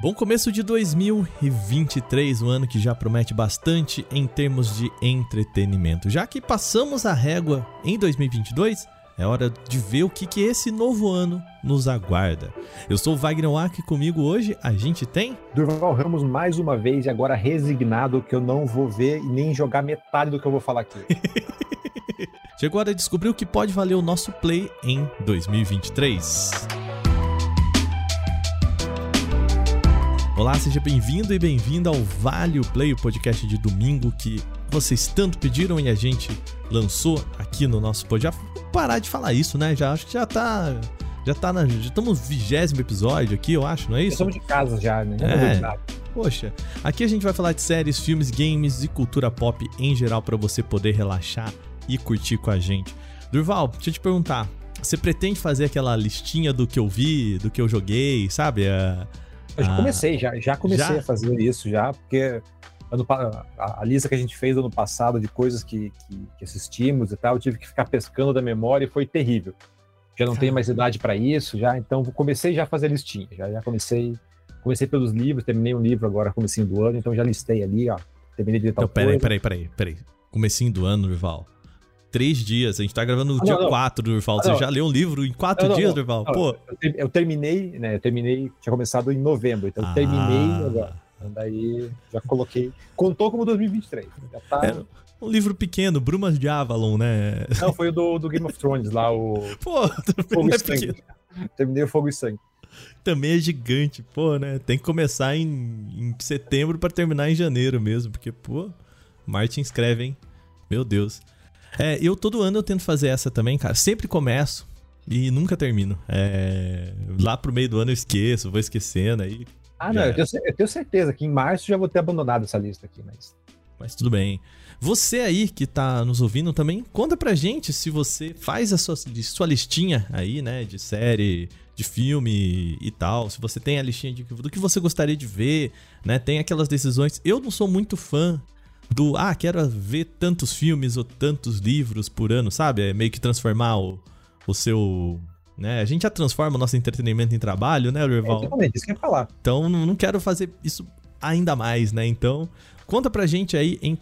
Bom começo de 2023, um ano que já promete bastante em termos de entretenimento. Já que passamos a régua em 2022, é hora de ver o que esse novo ano nos aguarda. Eu sou o Wagner Waka e comigo hoje a gente tem... Durval Ramos mais uma vez e agora resignado que eu não vou ver e nem jogar metade do que eu vou falar aqui. Chegou a hora de descobrir o que pode valer o nosso play em 2023. Olá, seja bem-vindo e bem-vinda ao Vale o Play, o podcast de domingo que vocês tanto pediram e a gente lançou aqui no nosso podcast. Já vou parar de falar isso, né? Acho que já estamos no 20º episódio aqui, eu acho, não é isso? Estamos de casa já, né? Poxa, aqui a gente vai falar de séries, filmes, games e cultura pop em geral para você poder relaxar e curtir com a gente. Durval, deixa eu te perguntar, você pretende fazer aquela listinha do que eu vi, do que eu joguei, sabe? Eu já comecei a fazer isso já, porque a lista que a gente fez ano passado de coisas que assistimos e tal, eu tive que ficar pescando da memória e foi terrível. Já não tenho mais idade para isso, já, então comecei já a fazer listinha, já comecei pelos livros, terminei um livro agora comecinho do ano, então já listei ali, ó, terminei de tal coisa. Peraí, comecinho do ano, Durval. 3 dias, a gente tá gravando no dia 4, Durval. Você já leu um livro em 4 dias, Durval? Pô. Eu terminei, tinha começado em novembro, então eu terminei agora. Daí já coloquei. Contou como 2023. Já tá... É um livro pequeno, Brumas de Avalon, né? Não, foi o do Game of Thrones lá, o. Pô, Fogo e Sangue. Terminei o Fogo e Sangue. Também é gigante, pô, né? Tem que começar em setembro pra terminar em janeiro mesmo, porque, pô, Martin escreve, hein? Meu Deus. Eu todo ano eu tento fazer essa também, cara. Sempre começo e nunca termino. Lá pro meio do ano eu esqueço, vou esquecendo aí. Não, eu tenho certeza que em março já vou ter abandonado essa lista aqui, mas tudo bem. Você aí que tá nos ouvindo também, conta pra gente se você faz a sua listinha aí, né, de série, de filme e tal. Se você tem a listinha do que você gostaria de ver, né, tem aquelas decisões. Eu não sou muito fã quero ver tantos filmes ou tantos livros por ano, sabe? É meio que transformar o seu... né? A gente já transforma o nosso entretenimento em trabalho, né, Durval? Exatamente, isso que eu ia falar. Então, não quero fazer isso ainda mais, né? Então, conta pra gente aí em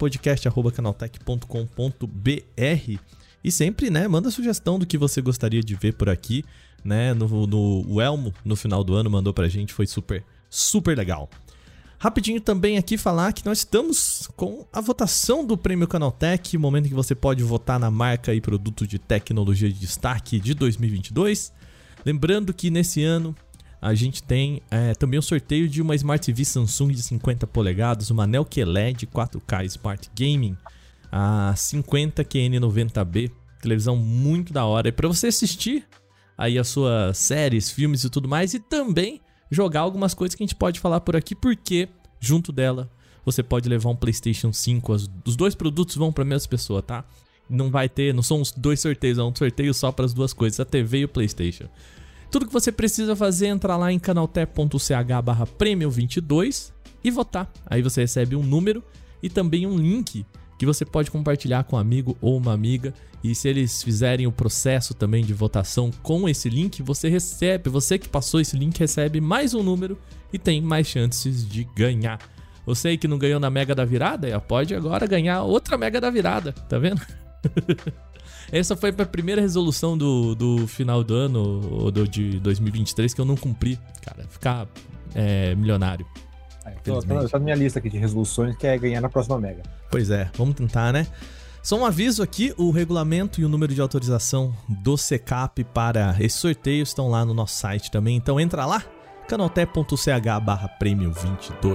podcast@canaltech.com.br e sempre, né, manda sugestão do que você gostaria de ver por aqui, né? O Elmo, no final do ano, mandou pra gente, foi super, super legal. Rapidinho também aqui falar que nós estamos com a votação do Prêmio Canaltech, momento em que você pode votar na marca e produto de tecnologia de destaque de 2022. Lembrando que nesse ano a gente tem também o sorteio de uma Smart TV Samsung de 50 polegadas, uma Neo QLED 4K Smart Gaming, a 50QN90B, televisão muito da hora. E para você assistir aí as suas séries, filmes e tudo mais, e também jogar algumas coisas que a gente pode falar por aqui, porque junto dela você pode levar um PlayStation 5. Os dois produtos vão para a mesma pessoa, tá? Não são os dois sorteios, é um sorteio só para as duas coisas, a TV e o PlayStation. Tudo que você precisa fazer é entrar lá em canaltech.ch/premium22 e votar. Aí você recebe um número e também um link que você pode compartilhar com um amigo ou uma amiga. E se eles fizerem o processo também de votação com esse link, você que passou esse link recebe mais um número e tem mais chances de ganhar. Você aí que não ganhou na Mega da Virada, pode agora ganhar outra Mega da Virada, tá vendo? Essa foi a primeira resolução do final do ano, de 2023, que eu não cumpri, cara, ficar milionário. Tá na minha lista aqui de resoluções, que é ganhar na próxima Mega. Pois é, vamos tentar, né? Só um aviso aqui, o regulamento e o número de autorização do CCAP para esse sorteio estão lá no nosso site também. Então entra lá, canaltech.ch/premium22.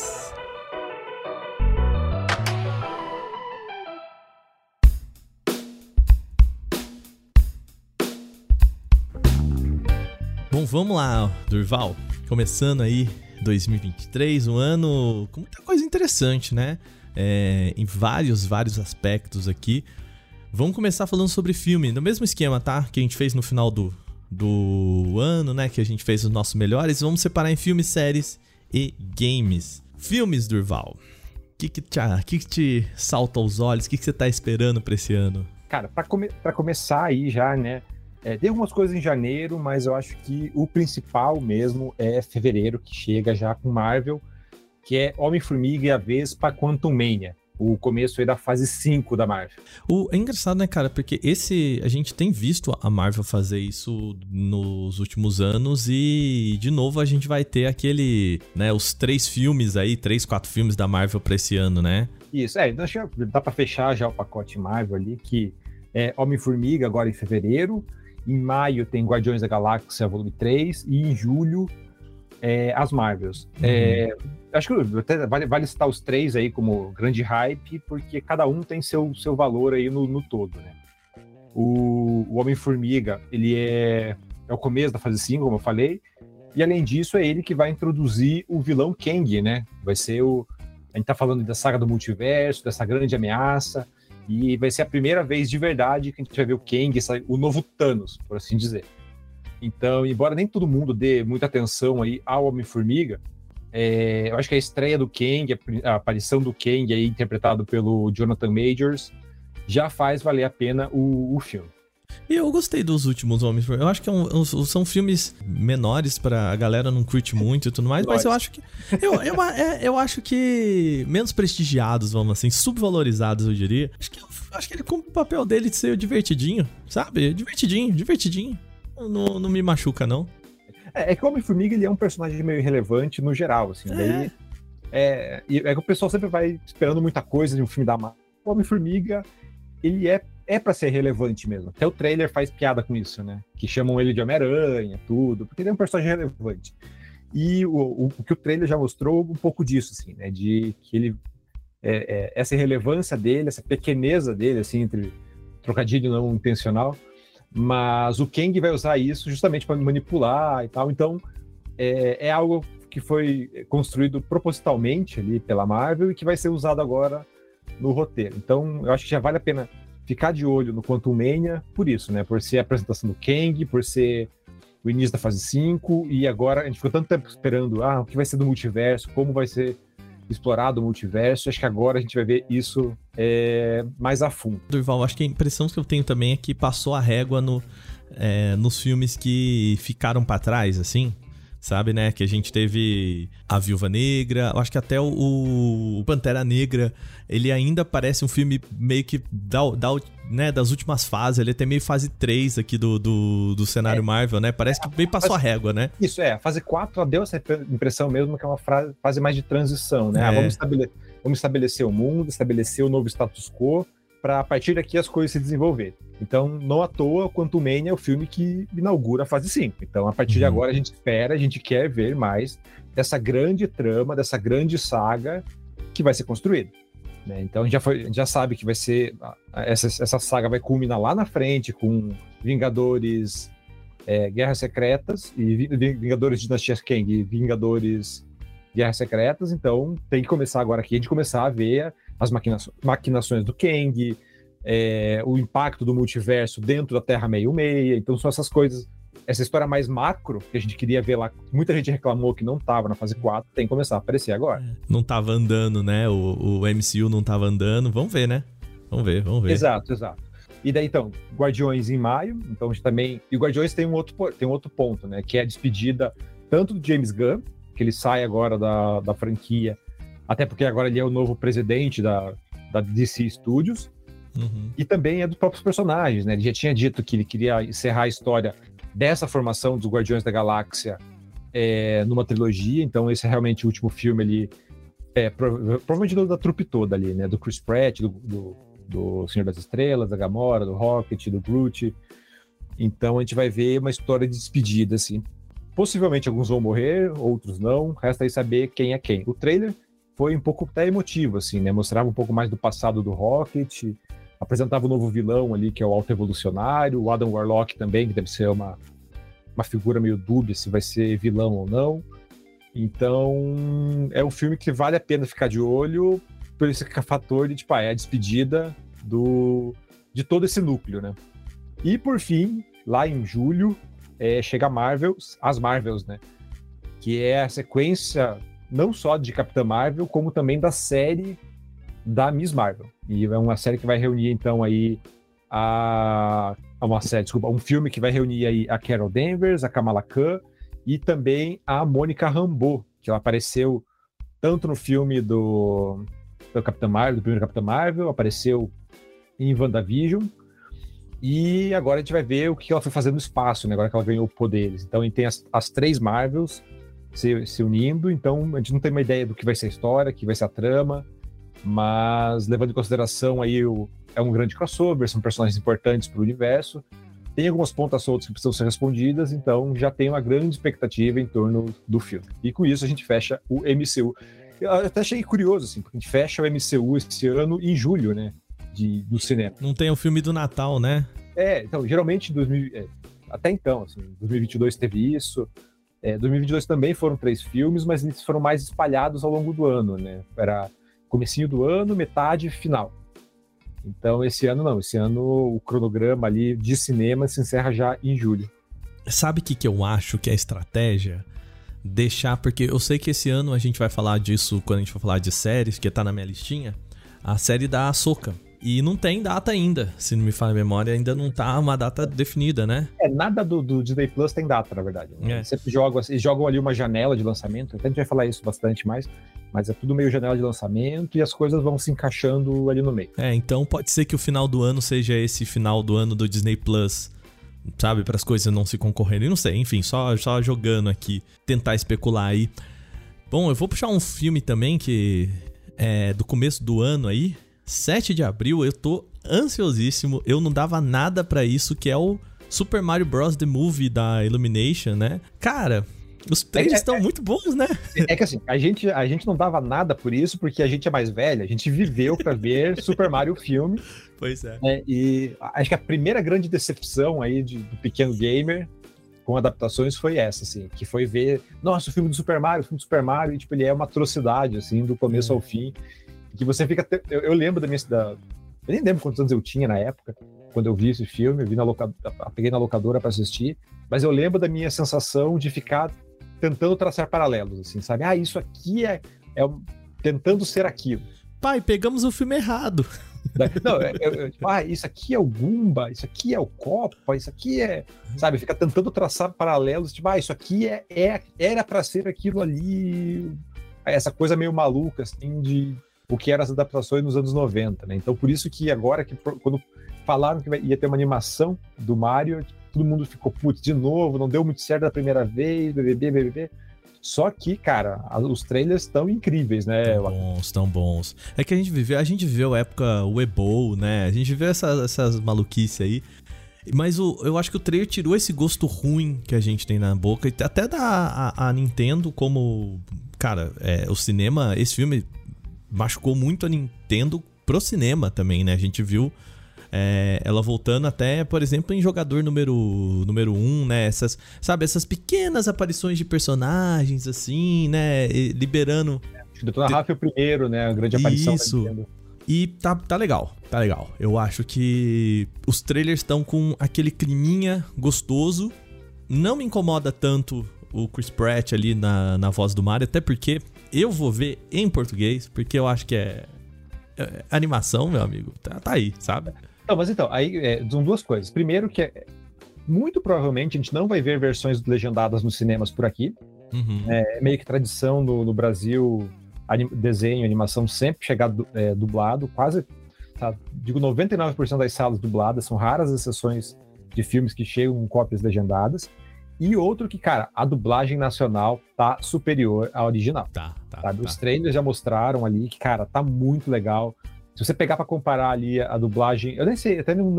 Bom, vamos lá, Durval. Começando aí 2023, um ano com muita coisa interessante, né? Em vários aspectos aqui. Vamos começar falando sobre filme, no mesmo esquema, tá? Que a gente fez no final do ano, né? Que a gente fez os nossos melhores. Vamos separar em filmes, séries e games. Filmes, Durval. O que te salta aos olhos? O que você tá esperando pra esse ano? Cara, pra começar aí já, né? Tem algumas coisas em janeiro, mas eu acho que o principal mesmo é fevereiro, que chega já com Marvel, que é Homem-Formiga e a Vespa Quantumania. O começo aí da fase 5 da Marvel. É engraçado, né, cara? Porque a gente tem visto a Marvel fazer isso nos últimos anos e, de novo, a gente vai ter os 3 filmes aí, 3, 4 filmes da Marvel pra esse ano, né? Isso, então dá pra fechar já o pacote Marvel ali, que é Homem-Formiga agora em fevereiro, em maio tem Guardiões da Galáxia Volume 3 e em julho as Marvels. Acho que até vale citar os 3 aí como grande hype, porque cada um tem seu valor aí no todo, né? O Homem-Formiga, ele é o começo da fase 5, como eu falei, e além disso é ele que vai introduzir o vilão Kang, né? Vai ser a gente tá falando da saga do multiverso, dessa grande ameaça, e vai ser a primeira vez de verdade que a gente vai ver o Kang, o novo Thanos, por assim dizer. Então, embora nem todo mundo dê muita atenção aí ao Homem-Formiga, eu acho que a estreia do Kang, a aparição do Kang aí, interpretado pelo Jonathan Majors, já faz valer a pena o filme. E eu gostei dos últimos Homens-Formiga. Eu acho que são filmes menores pra a galera não curte muito e tudo mais, mas eu acho que eu acho que menos prestigiados, vamos assim, subvalorizados, eu diria. Acho que ele cumpre o papel dele de ser divertidinho, sabe? Divertidinho. Não me machuca, não. É que o Homem-Formiga, ele é um personagem meio irrelevante no geral, assim. Daí, que o pessoal sempre vai esperando muita coisa de um filme da Marvel. O Homem-Formiga, ele é pra ser relevante mesmo. Até o trailer faz piada com isso, né? Que chamam ele de Homem-Aranha, tudo, porque ele é um personagem relevante. E o que o trailer já mostrou um pouco disso, assim, né? De que ele... essa irrelevância dele, essa pequeneza dele, assim, entre trocadilho não intencional, mas o Kang vai usar isso justamente para manipular e tal. Então, é algo que foi construído propositalmente ali pela Marvel e que vai ser usado agora no roteiro. Então, eu acho que já vale a pena ficar de olho no Quantumania por isso, né? Por ser a apresentação do Kang, por ser o início da fase 5, e agora a gente ficou tanto tempo esperando o que vai ser do multiverso, como vai ser explorado o multiverso. Acho que agora a gente vai ver isso mais a fundo. Durval, acho que a impressão que eu tenho também é que passou a régua nos filmes que ficaram pra trás, assim, sabe, né? Que a gente teve a Viúva Negra, eu acho que até o Pantera Negra, ele ainda parece um filme meio que das últimas fases, ele é até meio fase 3 aqui do cenário Marvel, né? Parece que bem passou a régua, né? Isso, a fase 4 deu essa impressão mesmo que é uma fase mais de transição, né? Vamos estabelecer o mundo, estabelecer o novo status quo, para a partir daqui as coisas se desenvolverem. Então, não à toa, o Quantumania é o filme que inaugura a fase 5. Então, a partir de agora, a gente quer ver mais dessa grande trama, dessa grande saga que vai ser construída, né? Então, a gente já sabe que vai ser... Essa saga vai culminar lá na frente com Vingadores Guerras Secretas, e Vingadores Dinastia Kang e Vingadores Guerras Secretas. Então, tem que começar agora aqui, a gente começar a ver as maquinações do Kang, o impacto do multiverso dentro da Terra 66. Então são essas coisas, essa história mais macro que a gente queria ver lá, muita gente reclamou que não tava na fase 4, tem que começar a aparecer agora. Não tava andando, né? O MCU não tava andando, vamos ver, né? Vamos ver. Exato. E daí, então, Guardiões em maio, então a gente também... E o Guardiões tem um outro ponto, né? Que é a despedida tanto do James Gunn, que ele sai agora da franquia, até porque agora ele é o novo presidente da DC Studios, e também é dos próprios personagens, né? Ele já tinha dito que ele queria encerrar a história dessa formação dos Guardiões da Galáxia numa trilogia, então esse é realmente o último filme ali, provavelmente da trupe toda ali, né? Do Chris Pratt, do Senhor das Estrelas, da Gamora, do Rocket, do Groot. Então a gente vai ver uma história de despedida, assim. Possivelmente alguns vão morrer, outros não, resta aí saber quem é quem. O trailer foi um pouco até emotivo, assim, né? Mostrava um pouco mais do passado do Rocket, apresentava um novo vilão ali, que é o Alto Evolucionário, o Adam Warlock também, que deve ser uma figura meio dúbia se vai ser vilão ou não. Então, é um filme que vale a pena ficar de olho por esse fator de, é a despedida de todo esse núcleo, né? E, por fim, lá em julho, chega as Marvels, né? Que é a sequência não só de Capitã Marvel, como também da série da Miss Marvel. E é uma série que vai reunir, então, aí um filme que vai reunir aí a Carol Danvers, a Kamala Khan e também a Mônica Rambeau, que ela apareceu tanto no filme do Capitão Marvel, do primeiro Capitão Marvel, apareceu em WandaVision, e agora a gente vai ver o que ela foi fazer no espaço, né? Agora que ela ganhou poderes. Então a gente tem as 3 Marvels se unindo, então a gente não tem uma ideia do que vai ser a história, que vai ser a trama, mas levando em consideração aí é um grande crossover, são personagens importantes para o universo, tem algumas pontas soltas que precisam ser respondidas, então já tem uma grande expectativa em torno do filme. E com isso a gente fecha o MCU. Eu até achei curioso, assim, porque a gente fecha o MCU esse ano em julho, né, do cinema. Não tem o filme do Natal, né? Então, geralmente, até então, assim, 2022 teve isso, 2022 também foram 3 filmes, mas eles foram mais espalhados ao longo do ano, né? Era comecinho do ano, metade e final. Então, esse ano não. Esse ano o cronograma ali de cinema se encerra já em julho. Sabe o que eu acho que é estratégia? Deixar, porque eu sei que esse ano a gente vai falar disso quando a gente for falar de séries, que tá na minha listinha, a série da Ahsoka. E não tem data ainda, se não me falha a memória, ainda não tá uma data definida, né? Nada do Disney Plus tem data, na verdade. Né? Eles sempre jogam ali uma janela de lançamento, até a gente vai falar isso bastante mais, mas é tudo meio janela de lançamento e as coisas vão se encaixando ali no meio. Então pode ser que o final do ano seja esse final do ano do Disney Plus, sabe? Para as coisas não se concorrerem, não sei, enfim, só jogando aqui, tentar especular aí. Bom, eu vou puxar um filme também que é do começo do ano aí, 7 de abril, eu tô ansiosíssimo, eu não dava nada pra isso, que é o Super Mario Bros. The Movie da Illumination, né? Cara, os trailers estão muito bons, né? É que assim, a gente não dava nada por isso, porque a gente é mais velho, a gente viveu pra ver Super Mario filme. Pois é. E acho que a primeira grande decepção aí do pequeno gamer com adaptações foi essa, assim, que foi ver, nossa, o filme do Super Mario, e tipo, ele é uma atrocidade, assim, do começo ao fim. Que você fica... Eu lembro da minha... Eu nem lembro quantos anos eu tinha na época, quando eu vi esse filme, peguei na locadora para assistir, mas eu lembro da minha sensação de ficar tentando traçar paralelos, assim, sabe? Isso aqui é tentando ser aquilo. Pai, pegamos o filme errado. Não, isso aqui é o Goomba, isso aqui é o Copa, isso aqui é... Sabe, fica tentando traçar paralelos, tipo, isso aqui era para ser aquilo ali... Essa coisa meio maluca, assim, de... o que eram as adaptações nos anos 90, né? Então, por isso que agora, quando falaram que ia ter uma animação do Mario, todo mundo ficou, putz, de novo, não deu muito certo da primeira vez, BBB. Só que, cara, os trailers estão incríveis, né? Tão bons. É que a gente viveu a época Weibo, né? A gente viveu essas maluquices aí. Mas eu acho que o trailer tirou esse gosto ruim que a gente tem na boca. E até a Nintendo como... Cara, o cinema, esse filme... machucou muito a Nintendo pro cinema também, né? A gente viu ela voltando até, por exemplo, em jogador número 1, né? Essas pequenas aparições de personagens, assim, né? Liberando... Detona Ralph o primeiro, né? A grande aparição da Nintendo. E tá legal. Eu acho que os trailers estão com aquele climinha gostoso. Não me incomoda tanto o Chris Pratt ali na voz do Mario, até porque... eu vou ver em português, porque eu acho que animação, meu amigo, tá aí, sabe? Não, mas então, aí são duas coisas. Primeiro que muito provavelmente a gente não vai ver versões legendadas nos cinemas por aqui. Uhum. É meio que tradição no Brasil, desenho, animação sempre chegar dublado, quase, digo 99% das salas dubladas, são raras exceções de filmes que chegam com cópias legendadas. E outro que, cara, a dublagem nacional tá superior à original. Tá. Os trailers já mostraram ali que, cara, tá muito legal. Se você pegar pra comparar ali a dublagem... Eu nem sei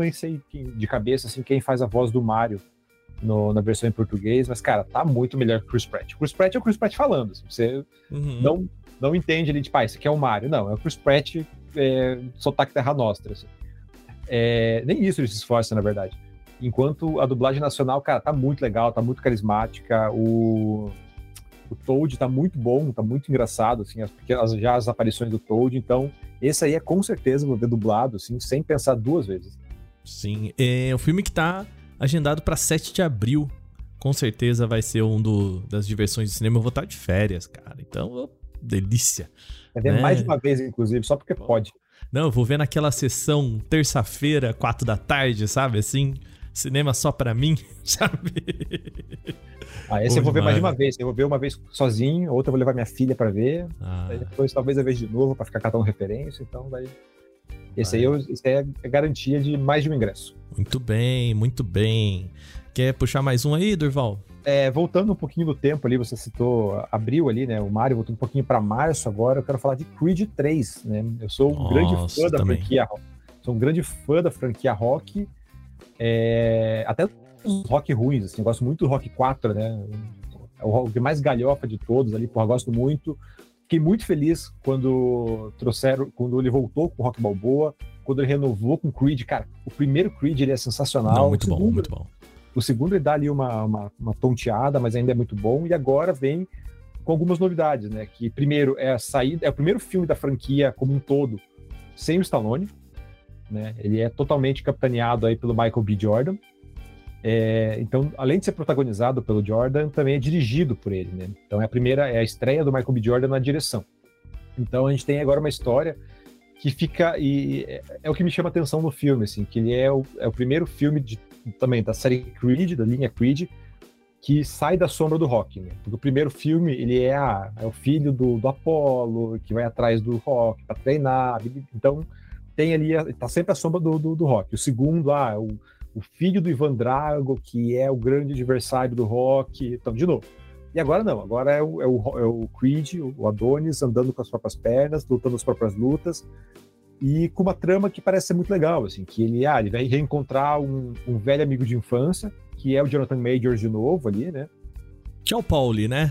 de cabeça, assim, quem faz a voz do Mario na versão em português, mas, cara, tá muito melhor que o Chris Pratt. O Chris Pratt é o Chris Pratt falando, assim, você não entende ali, tipo, isso aqui é o Mario. Não, é o Chris Pratt sotaque Terra Nostra, assim. Nem isso ele se esforça, na verdade. Enquanto a dublagem nacional, cara, tá muito legal, tá muito carismática, o Toad tá muito bom, tá muito engraçado, assim, as aparições do Toad, então esse aí com certeza vou ver dublado, assim, sem pensar duas vezes. Sim, é um filme que tá agendado pra 7 de abril, com certeza vai ser das diversões de cinema, eu vou estar de férias, cara, então, delícia. Vai ver mais de uma vez, inclusive, só porque pode. Não, eu vou ver naquela sessão terça-feira, 4 da tarde, sabe? Assim, cinema só pra mim, sabe? Esse eu vou ver mais de uma vez. Eu vou ver uma vez sozinho, outra eu vou levar minha filha pra ver. Aí depois talvez eu veja de novo pra ficar catando referência. Então daí... Esse aí é garantia de mais de um ingresso. Muito bem, muito bem. Quer puxar mais um aí, Durval? Voltando um pouquinho do tempo ali, você citou abril ali, né? O Mario voltou um pouquinho para março agora. Eu quero falar de Creed 3, né? Eu sou um grande fã da franquia. Sou um grande fã da franquia Rock. Até os Rock ruins, assim. Eu gosto muito do Rock 4, né? É o Rock mais galhofa de todos ali, porra, gosto muito. Fiquei muito feliz quando ele voltou com o Rock Balboa, quando ele renovou com o Creed. Cara, o primeiro Creed ele é sensacional. Não, muito bom, muito bom. O segundo ele dá ali uma tonteada, mas ainda é muito bom. E agora vem com algumas novidades, né? Que primeiro é o primeiro filme da franquia como um todo sem o Stallone, né? Ele é totalmente capitaneado aí pelo Michael B. Jordan. Então, além de ser protagonizado pelo Jordan, também é dirigido por ele, né? Então é a estreia do Michael B. Jordan na direção. Então a gente tem agora uma história que fica... é o que me chama a atenção no filme, assim, que ele é o primeiro filme também da série Creed, da linha Creed, que sai da sombra do Rock, né? Porque o primeiro filme, ele é o filho do Apollo, que vai atrás do Rock para treinar. Então, tem ali, tá sempre a sombra do Rock. O segundo, o filho do Ivan Drago, que é o grande adversário do Rock. Então, de novo. E agora não, agora é o Creed, o Adonis, andando com as próprias pernas, lutando as próprias lutas, e com uma trama que parece ser muito legal, assim, que ele vai reencontrar um velho amigo de infância, que é o Jonathan Majors de novo ali, né? Que é o Pauli, né?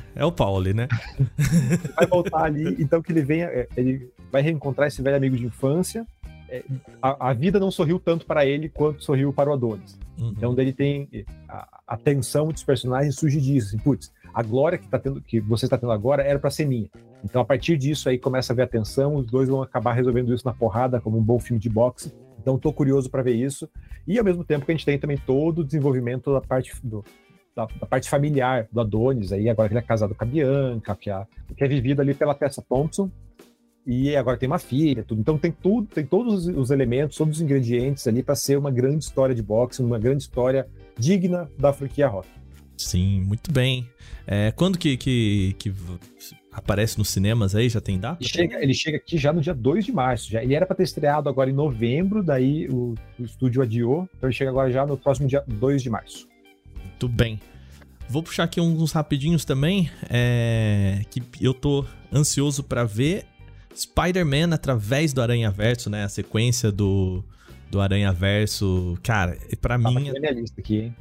Vai voltar ali, então que ele vai reencontrar esse velho amigo de infância. A vida não sorriu tanto para ele quanto sorriu para o Adonis. Uhum. Então dele tem a tensão dos personagens surge disso, assim, putz, a glória que você está tendo agora era para ser minha. Então a partir disso aí começa a ver a tensão, os dois vão acabar resolvendo isso na porrada, como um bom filme de boxe. Então tô curioso para ver isso. E ao mesmo tempo que a gente tem também todo o desenvolvimento da parte familiar do Adonis, aí agora que ele é casado com a Bianca, que é vivido ali pela Tessa Thompson, e agora tem uma filha, tudo. Então tem todos os elementos, todos os ingredientes ali para ser uma grande história de boxe, uma grande história digna da franquia Rock. Sim, muito bem. Quando que aparece nos cinemas aí? Já tem data? Ele chega aqui já no dia 2 de março. Ele era para ter estreado agora em novembro, daí o estúdio adiou, então ele chega agora já no próximo dia 2 de março. Muito bem. Vou puxar aqui uns rapidinhos também, que eu tô ansioso para ver. Spider-Man através do Aranhaverso, né? A sequência do Aranhaverso, cara, pra mim... Tá minha lista aqui, hein?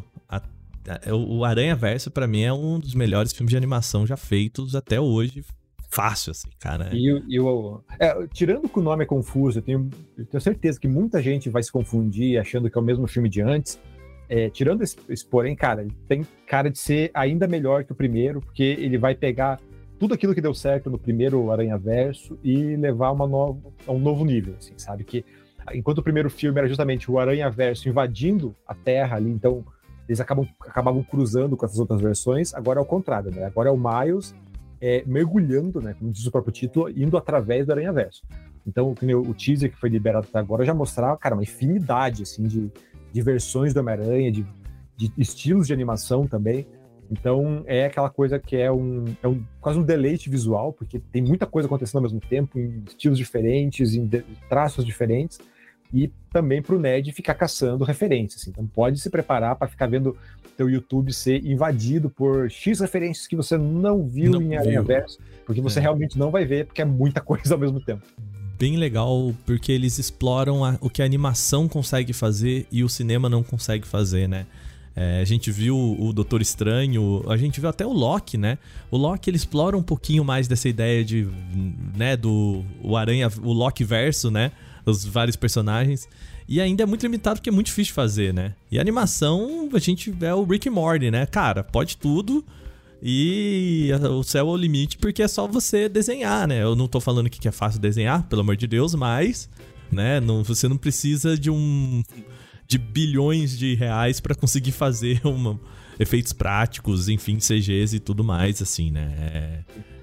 O Aranhaverso, pra mim, é um dos melhores filmes de animação já feitos até hoje. Fácil, assim, cara. Tirando que o nome é confuso, eu tenho certeza que muita gente vai se confundir achando que é o mesmo filme de antes. Tirando esse porém, cara, ele tem cara de ser ainda melhor que o primeiro, porque ele vai pegar tudo aquilo que deu certo no primeiro Aranhaverso e levar a um novo nível, assim, sabe? Que enquanto o primeiro filme era justamente o Aranhaverso invadindo a Terra ali, então eles acabavam cruzando com essas outras versões, agora é o contrário, né? Agora é o Miles mergulhando, né? Como diz o próprio título, indo através do Aranhaverso. Então, o teaser que foi liberado até agora já mostrava, cara, uma infinidade, assim, de versões do Homem-Aranha, de estilos de animação também. Então é aquela coisa que é quase um deleite visual, porque tem muita coisa acontecendo ao mesmo tempo, em estilos diferentes, em traços diferentes, e também para o nerd ficar caçando referências. Então pode se preparar para ficar vendo teu YouTube ser invadido por X referências que você não viu em Aranhaverso, porque você realmente não vai ver, porque é muita coisa ao mesmo tempo. Bem legal, porque eles exploram o que a animação consegue fazer e o cinema não consegue fazer, né? A gente viu o Doutor Estranho, a gente viu até o Loki, né? O Loki, ele explora um pouquinho mais dessa ideia do o Loki verso, né? Os vários personagens. E ainda é muito limitado porque é muito difícil de fazer, né? E a animação, a gente vê o Rick e Morty, né? Cara, pode tudo e o céu é o limite porque é só você desenhar, né? Eu não tô falando que é fácil desenhar, pelo amor de Deus, mas, né? Você não precisa de bilhões de reais pra conseguir fazer efeitos práticos, enfim, CGs e tudo mais, assim, né?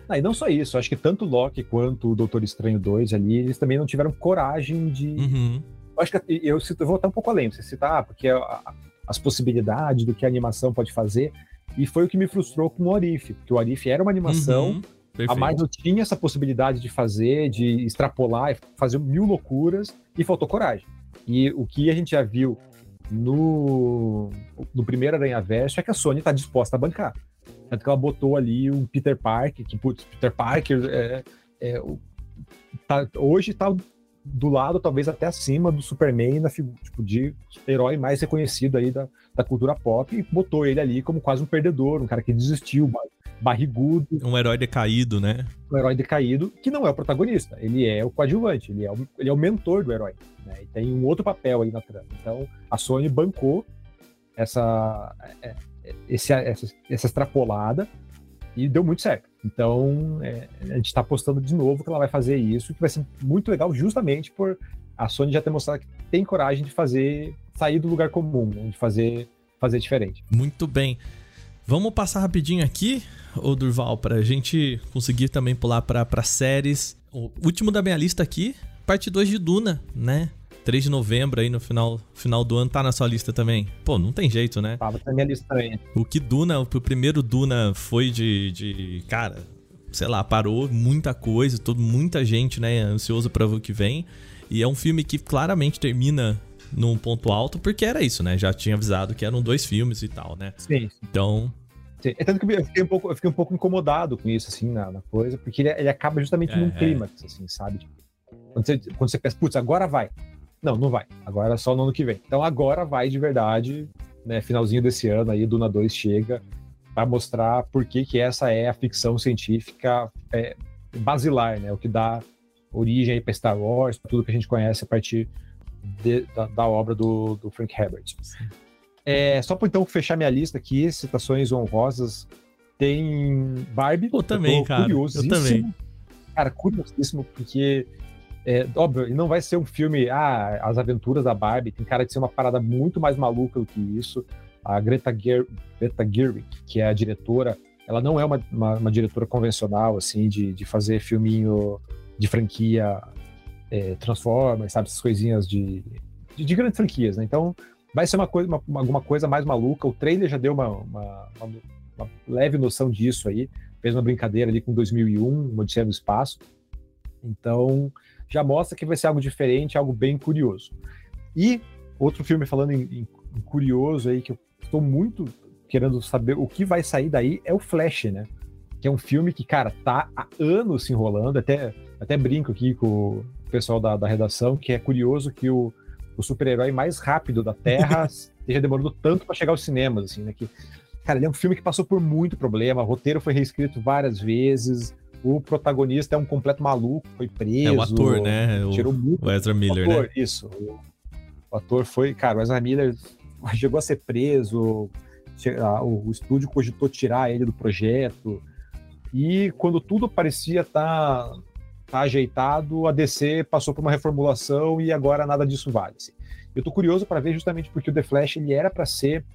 E não só isso, acho que tanto o Loki quanto o Doutor Estranho 2 ali, eles também não tiveram coragem de... Eu acho que eu vou até um pouco além, você citar, porque as possibilidades do que a animação pode fazer, e foi o que me frustrou com o What If, porque o What If era uma animação, a Marvel tinha essa possibilidade de fazer, de extrapolar, e fazer 1000 loucuras, e faltou coragem. E o que a gente já viu no primeiro Aranhaverso é que a Sony está disposta a bancar. Tanto que ela botou ali um Peter Parker, que, putz, Peter Parker hoje tá do lado, talvez até acima do Superman, de herói mais reconhecido aí da cultura pop, e botou ele ali como quase um perdedor, um cara que desistiu, barrigudo. Um herói decaído, né? Um herói decaído, que não é o protagonista, ele é o coadjuvante, ele é o mentor do herói, né? E tem um outro papel aí na trama. Então, a Sony bancou essa extrapolada e deu muito certo. Então, a gente está apostando de novo que ela vai fazer isso, que vai ser muito legal justamente por a Sony já ter mostrado que tem coragem de sair do lugar comum, né? De fazer diferente. Muito bem. Vamos passar rapidinho aqui, ô Durval, pra gente conseguir também pular pra séries. O último da minha lista aqui, parte 2 de Duna, né? 3 de novembro aí no final do ano, tá na sua lista também? Pô, não tem jeito, né? Tava na minha lista aí. O primeiro Duna foi cara, sei lá, parou muita coisa, muita gente, né, ansioso pra ver o que vem. E é um filme que claramente termina num ponto alto, porque era isso, né? Já tinha avisado que eram 2 filmes e tal, né? Sim. Então... Sim. É tanto que eu fiquei um pouco incomodado com isso, assim, na coisa, porque ele acaba justamente num clímax, assim, sabe? Quando você pensa, putz, agora vai. Não vai. Agora é só no ano que vem. Então agora vai de verdade, né? Finalzinho desse ano aí, Duna 2 chega para mostrar por que essa é a ficção científica basilar, né? O que dá origem aí para Star Wars, para tudo que a gente conhece a partir da obra do Frank Herbert. Só para então fechar minha lista aqui, citações honrosas, tem Barbie. Eu também, cara. Curiosíssimo. Eu também. Cara, curiosíssimo, porque óbvio, não vai ser um filme, as aventuras da Barbie, tem cara de ser uma parada muito mais maluca do que isso. A Greta Gerwig, que é a diretora, ela não é uma diretora convencional, assim, de fazer filminho de franquia Transformers, sabe, essas coisinhas de grandes franquias, né? Então, vai ser alguma coisa mais maluca. O trailer já deu uma leve noção disso aí, fez uma brincadeira ali com 2001, Odisseia no Espaço. Então, já mostra que vai ser algo diferente, algo bem curioso. E outro filme falando em curioso aí, que eu estou muito querendo saber o que vai sair daí, é o Flash, né? Que é um filme que, cara, tá há anos se enrolando, até brinco aqui com o pessoal da redação, que é curioso que o super-herói mais rápido da Terra esteja demorando tanto para chegar aos cinemas, assim, né? Que, cara, ele é um filme que passou por muito problema, o roteiro foi reescrito várias vezes, o protagonista é um completo maluco, foi preso. É o ator, né? Tirou muito. O Ezra Miller, ator, né? Isso. O ator foi... Cara, o Ezra Miller chegou a ser preso, o estúdio cogitou tirar ele do projeto, e quando tudo parecia tá ajeitado, a DC passou por uma reformulação e agora nada disso vale. Assim. Eu tô curioso para ver justamente porque o The Flash, ele era para ser...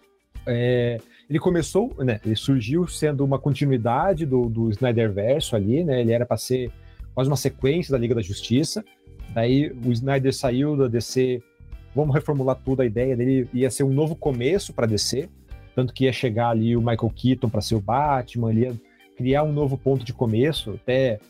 ele começou, né, ele surgiu sendo uma continuidade do Snyderverso ali, né, ele era para ser quase uma sequência da Liga da Justiça, daí o Snyder saiu da DC, vamos reformular tudo, a ideia dele ia ser um novo começo para DC, tanto que ia chegar ali o Michael Keaton para ser o Batman, ele ia criar um novo ponto de começo, até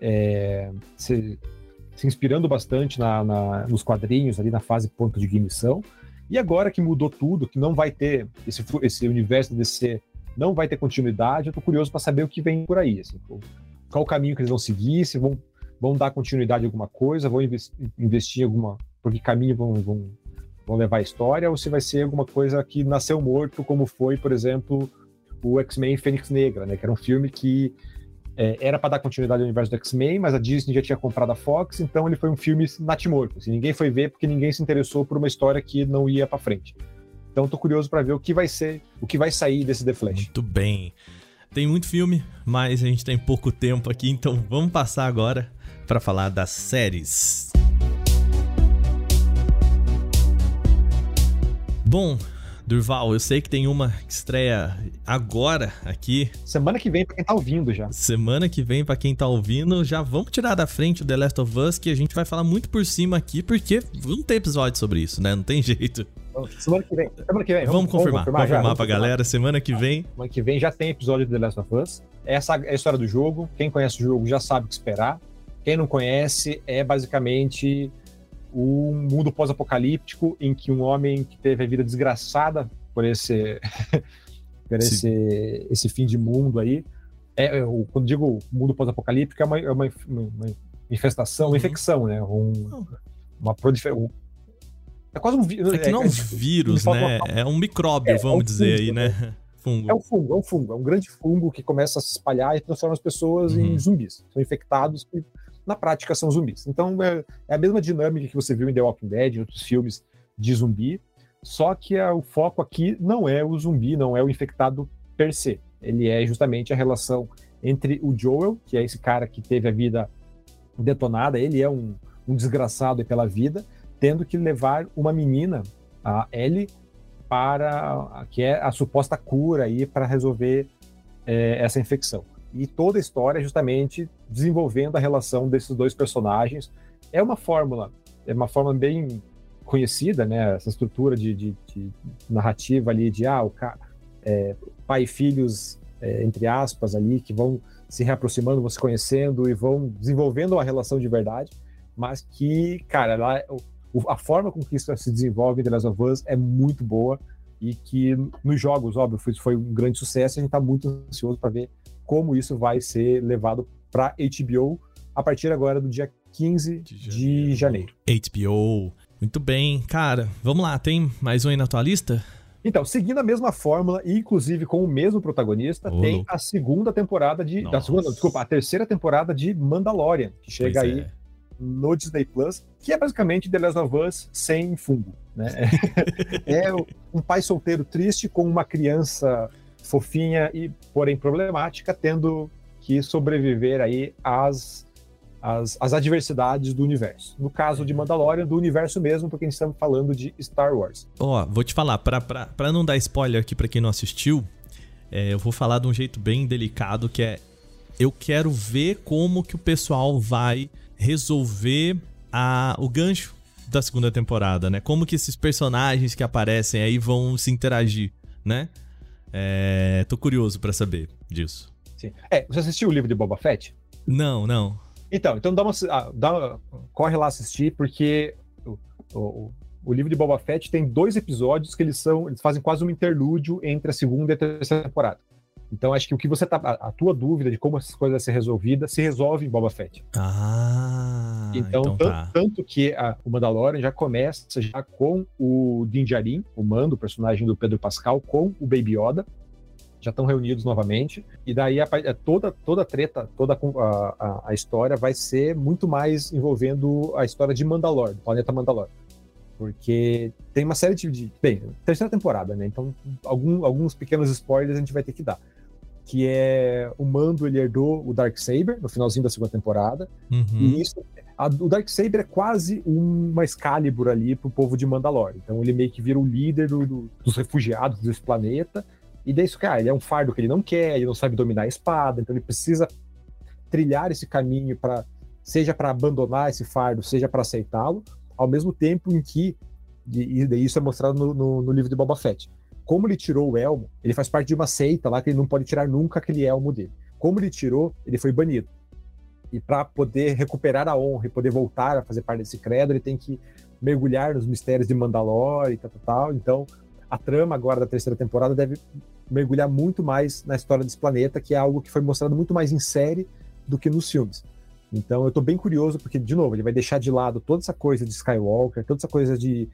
se inspirando bastante nos quadrinhos, ali na fase ponto de ignição. E agora que mudou tudo, que não vai ter esse universo DC, não vai ter continuidade, eu tô curioso para saber o que vem por aí, assim, qual o caminho que eles vão seguir, se vão dar continuidade a alguma coisa, vão investir em alguma... por que caminho vão levar a história, ou se vai ser alguma coisa que nasceu morto, como foi, por exemplo, o X-Men Fênix Negra, né, que era um filme que era para dar continuidade ao universo do X-Men, mas a Disney já tinha comprado a Fox, então ele foi um filme natimorto. Assim, ninguém foi ver porque ninguém se interessou por uma história que não ia para frente. Então tô curioso para ver o que vai sair desse The Flash. Muito bem. Tem muito filme, mas a gente tem pouco tempo aqui, então vamos passar agora para falar das séries. Bom, Durval, eu sei que tem uma que estreia agora aqui. Semana que vem pra quem tá ouvindo já. Semana que vem pra quem tá ouvindo, já vamos tirar da frente o The Last of Us, que a gente vai falar muito por cima aqui, porque vamos ter episódio sobre isso, né? Não tem jeito. Semana que vem. Vamos confirmar pra galera. Semana que vem. Semana que vem já tem episódio do The Last of Us. Essa é a história do jogo. Quem conhece o jogo já sabe o que esperar. Quem não conhece é basicamente um mundo pós-apocalíptico em que um homem que teve a vida desgraçada por esse fim de mundo aí. Quando digo mundo pós-apocalíptico, é uma infestação, uma infecção, né? Uma proliferação. É quase um vírus. É que não é um vírus, né? É um micróbio, vamos dizer aí, né? Fungo. É um fungo. É um grande fungo que começa a se espalhar e transforma as pessoas em zumbis. São infectados e, na prática, são zumbis. Então, é a mesma dinâmica que você viu em The Walking Dead, em outros filmes de zumbi, só que o foco aqui não é o zumbi, não é o infectado per se. Ele é justamente a relação entre o Joel, que é esse cara que teve a vida detonada, ele é um desgraçado pela vida, tendo que levar uma menina, a Ellie, que é a suposta cura aí para resolver essa infecção. E toda a história é justamente desenvolvendo a relação desses dois personagens. É uma fórmula bem conhecida, né? Essa estrutura de narrativa ali de pai e filhos, entre aspas, ali, que vão se reaproximando, vão se conhecendo e vão desenvolvendo uma relação de verdade, mas que, cara, a forma com que isso se desenvolve em The Last of Us é muito boa e que nos jogos, óbvio, foi um grande sucesso e a gente está muito ansioso para ver como isso vai ser levado para HBO a partir agora do dia 15 de janeiro. HBO, muito bem. Cara, vamos lá, tem mais um aí na tua lista? Então, seguindo a mesma fórmula e inclusive com o mesmo protagonista, tem a segunda temporada a terceira temporada de Mandalorian, que chega aí no Disney Plus, que é basicamente The Last of Us sem fungo, né? É um pai solteiro triste com uma criança fofinha e, porém, problemática, tendo que sobreviver aí às adversidades do universo. No caso de Mandalorian, do universo mesmo, porque a gente estamos falando de Star Wars. Vou te falar, pra não dar spoiler aqui pra quem não assistiu, eu vou falar de um jeito bem delicado, que é, eu quero ver como que o pessoal vai resolver o gancho da segunda temporada, né? Como que esses personagens que aparecem aí vão se interagir, né? Tô curioso pra saber disso. Sim. Você assistiu o livro de Boba Fett? Não. Então corre lá assistir, porque o livro de Boba Fett tem 2 episódios que eles fazem quase um interlúdio entre a segunda e a terceira temporada. Então acho que a tua dúvida de como essas coisas vão ser resolvidas se resolve em Boba Fett. Então tanto que o Mandalorian já começa já com o Din Djarin, o Mando, o personagem do Pedro Pascal, com o Baby Yoda. Já estão reunidos novamente, e daí toda a treta, toda a história vai ser muito mais envolvendo a história de Mandalor, do planeta Mandalor. Porque tem uma série Bem, terceira temporada, né? Então, alguns pequenos spoilers a gente vai ter que dar. Que é o Mando, ele herdou o Darksaber no finalzinho da segunda temporada, e o Darksaber é quase uma Excalibur ali pro povo de Mandalor. Então, ele meio que vira o líder dos refugiados desse planeta. E daí isso, cara, ele é um fardo que ele não quer, ele não sabe dominar a espada, então ele precisa trilhar esse caminho seja para abandonar esse fardo, seja para aceitá-lo, ao mesmo tempo em que, e daí isso é mostrado no livro de Boba Fett, como ele tirou o elmo, ele faz parte de uma seita lá que ele não pode tirar nunca aquele elmo dele. Como ele tirou, ele foi banido. E para poder recuperar a honra e poder voltar a fazer parte desse credo, ele tem que mergulhar nos mistérios de Mandalore e tal. Então, a trama agora da terceira temporada deve mergulhar muito mais na história desse planeta, que é algo que foi mostrado muito mais em série do que nos filmes. Então eu tô bem curioso, porque, de novo, ele vai deixar de lado toda essa coisa de Skywalker, toda essa coisa de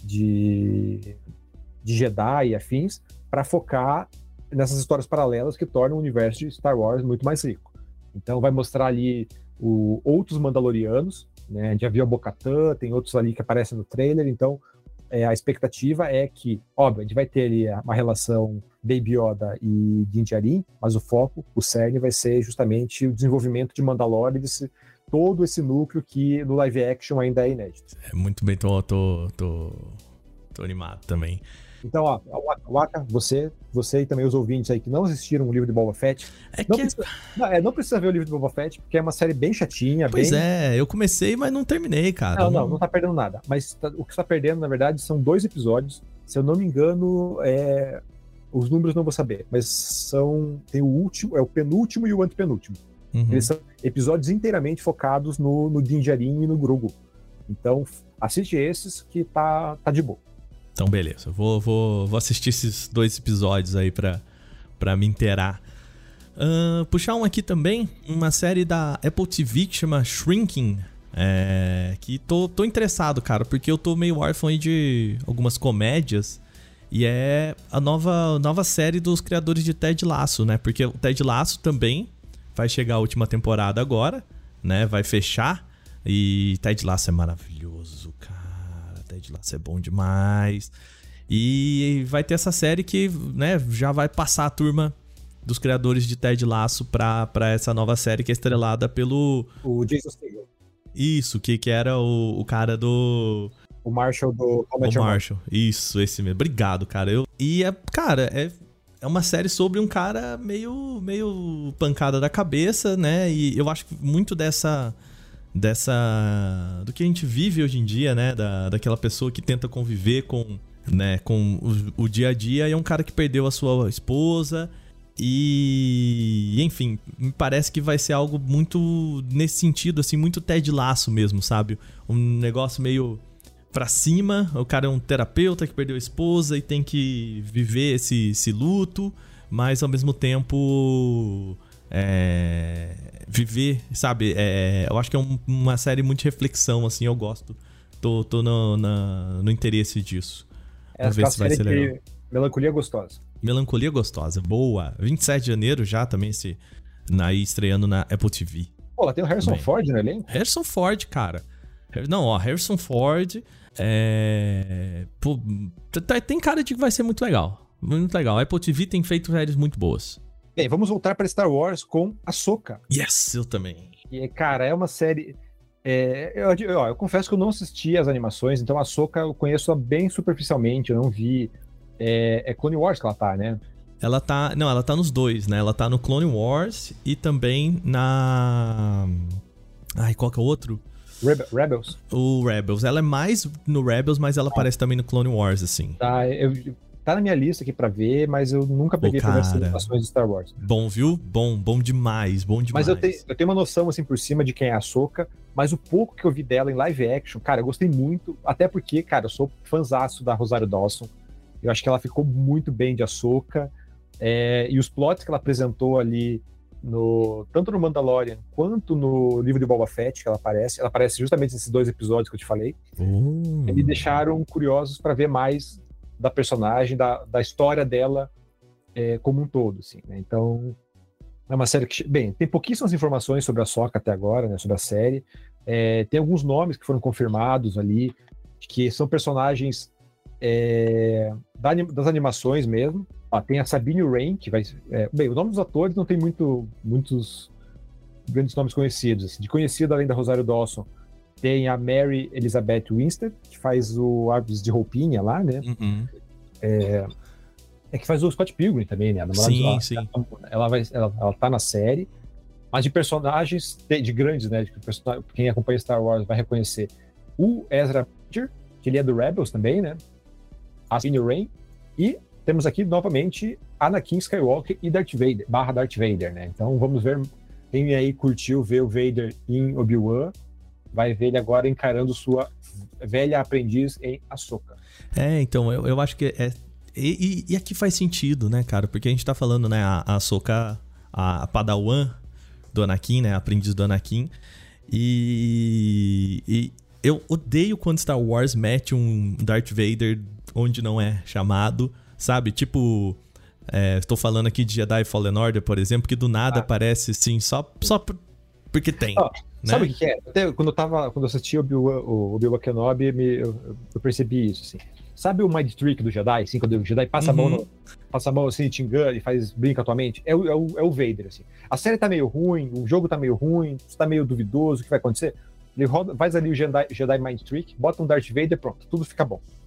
Jedi e afins, para focar nessas histórias paralelas que tornam o universo de Star Wars muito mais rico. Então vai mostrar ali outros Mandalorianos, né? A gente já viu a Bo-Katan, tem outros ali que aparecem no trailer, então a expectativa é que, óbvio, a gente vai ter ali uma relação Baby Yoda e Din Djarin, mas o foco, o cerne, vai ser justamente o desenvolvimento de Mandalore e todo esse núcleo que no live action ainda é inédito. Muito bem, tô animado também. Então, ó, Waka, você e também os ouvintes aí que não assistiram o livro de Boba Fett, não precisa ver o livro de Boba Fett, porque é uma série bem chatinha. Pois eu comecei, mas não terminei, cara. Não tá perdendo nada. Mas o que você tá perdendo, na verdade, são 2 episódios. Se eu não me engano, os números não vou saber, mas tem o último, é o penúltimo e o antepenúltimo. Eles são episódios inteiramente focados no Din Djarin e no Grogu. Então, assiste esses que tá de boa. Então, beleza. Vou assistir esses 2 episódios aí pra me inteirar. Puxar um aqui também, uma série da Apple TV que chama Shrinking. Que tô interessado, cara, porque eu tô meio órfão aí de algumas comédias. E é a nova série dos criadores de Ted Lasso, né? Porque o Ted Lasso também vai chegar a última temporada agora, né? Vai fechar. E Ted Lasso é maravilhoso, cara. Ted Lasso é bom demais. E vai ter essa série que, né, já vai passar a turma dos criadores de Ted Lasso pra essa nova série que é estrelada pelo... O Jason Segel. Isso, que era o cara do... O Marshall do... O Marshall. Isso, esse mesmo. Obrigado, cara. Cara, é uma série sobre um cara meio pancada da cabeça, né? E eu acho que muito do que a gente vive hoje em dia, né? Daquela pessoa que tenta conviver com o dia a dia, e é um cara que perdeu a sua esposa e enfim, me parece que vai ser algo muito nesse sentido, assim, muito Ted Lasso mesmo, sabe? Um negócio meio pra cima, o cara é um terapeuta que perdeu a esposa e tem que viver esse luto, mas ao mesmo tempo... viver, sabe? Eu acho que é uma série muito de reflexão, assim, eu gosto. Tô no interesse disso. Vamos ver se vai ser legal. Melancolia Gostosa. Melancolia Gostosa, boa. 27 de janeiro já também, aí estreando na Apple TV. Pô, lá tem o Harrison Ford no elenco? Harrison Ford, cara. Não, ó, Harrison Ford... Pô, tem cara de que vai ser muito legal. Muito legal. A Apple TV tem feito séries muito boas. Bem, vamos voltar para Star Wars com Ahsoka. Yes, eu também. E, cara, é uma série... eu confesso que eu não assisti as animações, então a Ahsoka eu conheço bem superficialmente, eu não vi... É Clone Wars que ela tá, né? Ela tá nos dois, né? Ela tá no Clone Wars e também na... Ai, qual que é o outro? Rebels. O Rebels. Ela é mais no Rebels, mas ela aparece também no Clone Wars, assim. Tá na minha lista aqui pra ver, mas eu nunca peguei pra ver as animações de Star Wars. Bom, viu? Bom demais, bom demais. Mas eu tenho uma noção, assim, por cima de quem é a Ahsoka, mas o pouco que eu vi dela em live action, cara, eu gostei muito, até porque, cara, eu sou fãzaço da Rosário Dawson, eu acho que ela ficou muito bem de Ahsoka, e os plots que ela apresentou ali, tanto no Mandalorian quanto no livro de Boba Fett, que ela aparece justamente nesses 2 episódios que eu te falei, me deixaram curiosos para ver mais da personagem, da história dela como um todo, assim, né? Então, é uma série que... Bem, tem pouquíssimas informações sobre a Ahsoka até agora, né, sobre a série. Tem alguns nomes que foram confirmados ali, que são personagens das animações mesmo. Tem a Sabine Wren, que vai... bem, o nome dos atores não tem muitos grandes nomes conhecidos. Assim. De conhecido, além da Rosário Dawson, tem a Mary Elizabeth Winstead, que faz o Aves de Roupinha lá, né? Uhum. Que faz o Scott Pilgrim também, né? Sim. Ela tá na série, mas de personagens de grandes, né? Quem acompanha Star Wars vai reconhecer o Ezra Bridger, que ele é do Rebels também, né? A Sabine Wren, e temos aqui novamente Anakin Skywalker e Darth Vader, né? Então vamos ver, quem aí curtiu ver o Vader em Obi-Wan, vai ver ele agora encarando sua velha aprendiz em Ahsoka. Então, eu acho que e aqui faz sentido, né, cara? Porque a gente tá falando, né, a Ahsoka, a Padawan do Anakin, né, a aprendiz do Anakin, e eu odeio quando Star Wars mete um Darth Vader onde não é chamado, sabe? Tipo, estou falando aqui de Jedi Fallen Order, por exemplo, que do nada aparece, assim, só porque tem. Né? Sabe o que é? Até quando eu assisti o Obi-Wan Kenobi, eu percebi isso, assim. Sabe o Mind Trick do Jedi? Assim, quando o Jedi passa a mão assim, te engana e brinca com a tua mente? É o Vader, assim. A série tá meio ruim, o jogo tá meio ruim, você tá meio duvidoso, o que vai acontecer? Ele faz ali o Jedi Mind Trick, bota um Darth Vader, pronto, tudo fica bom.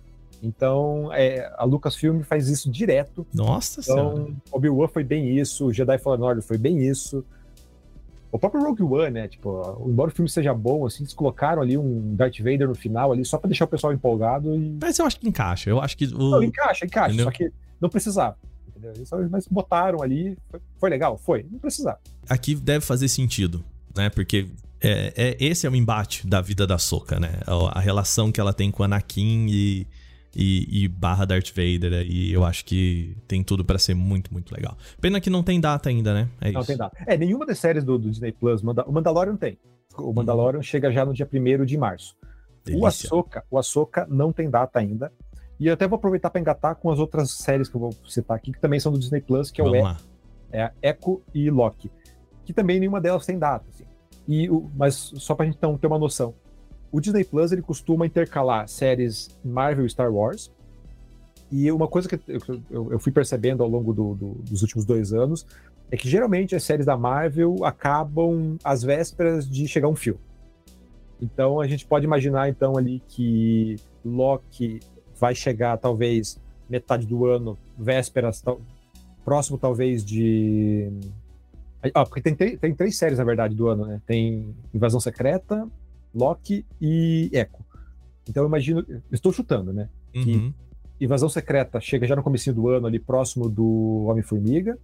Então, a Lucasfilm faz isso direto. Nossa então, senhora. Obi-Wan foi bem isso, o Jedi Fallen Order foi bem isso. O próprio Rogue One, né? Tipo, embora o filme seja bom, assim, eles colocaram ali um Darth Vader no final ali, só pra deixar o pessoal empolgado e... Mas eu acho que encaixa. Eu acho que Não, encaixa. Entendeu? Só que não precisava. Entendeu? Mas botaram ali, foi legal? Foi. Não precisava. Aqui deve fazer sentido, né? Porque esse é o embate da vida da Ahsoka, né? A relação que ela tem com Anakin e barra Darth Vader. E eu acho que tem tudo pra ser muito, muito legal. Pena que não tem data ainda, né? É não isso. Tem data. Nenhuma das séries do Disney Plus, o Mandalorian tem. O Mandalorian chega já no dia 1º de março. Delícia. O Ahsoka não tem data ainda. E eu até vou aproveitar para engatar com as outras séries que eu vou citar aqui, que também são do Disney Plus, que é a Echo e Loki. Que também nenhuma delas tem data. Assim. Mas só pra gente então ter uma noção. O Disney Plus, ele costuma intercalar séries Marvel e Star Wars. E uma coisa que eu fui percebendo ao longo dos últimos 2 anos é que geralmente as séries da Marvel acabam às vésperas de chegar um filme. Então a gente pode imaginar então ali que Loki vai chegar talvez metade do ano, vésperas, próximo talvez de... porque tem 3 séries na verdade do ano, né? Tem Invasão Secreta, Loki e Echo. Então eu imagino, estou chutando, né? Que Invasão Secreta chega já no comecinho do ano ali, próximo do Homem-Formiga.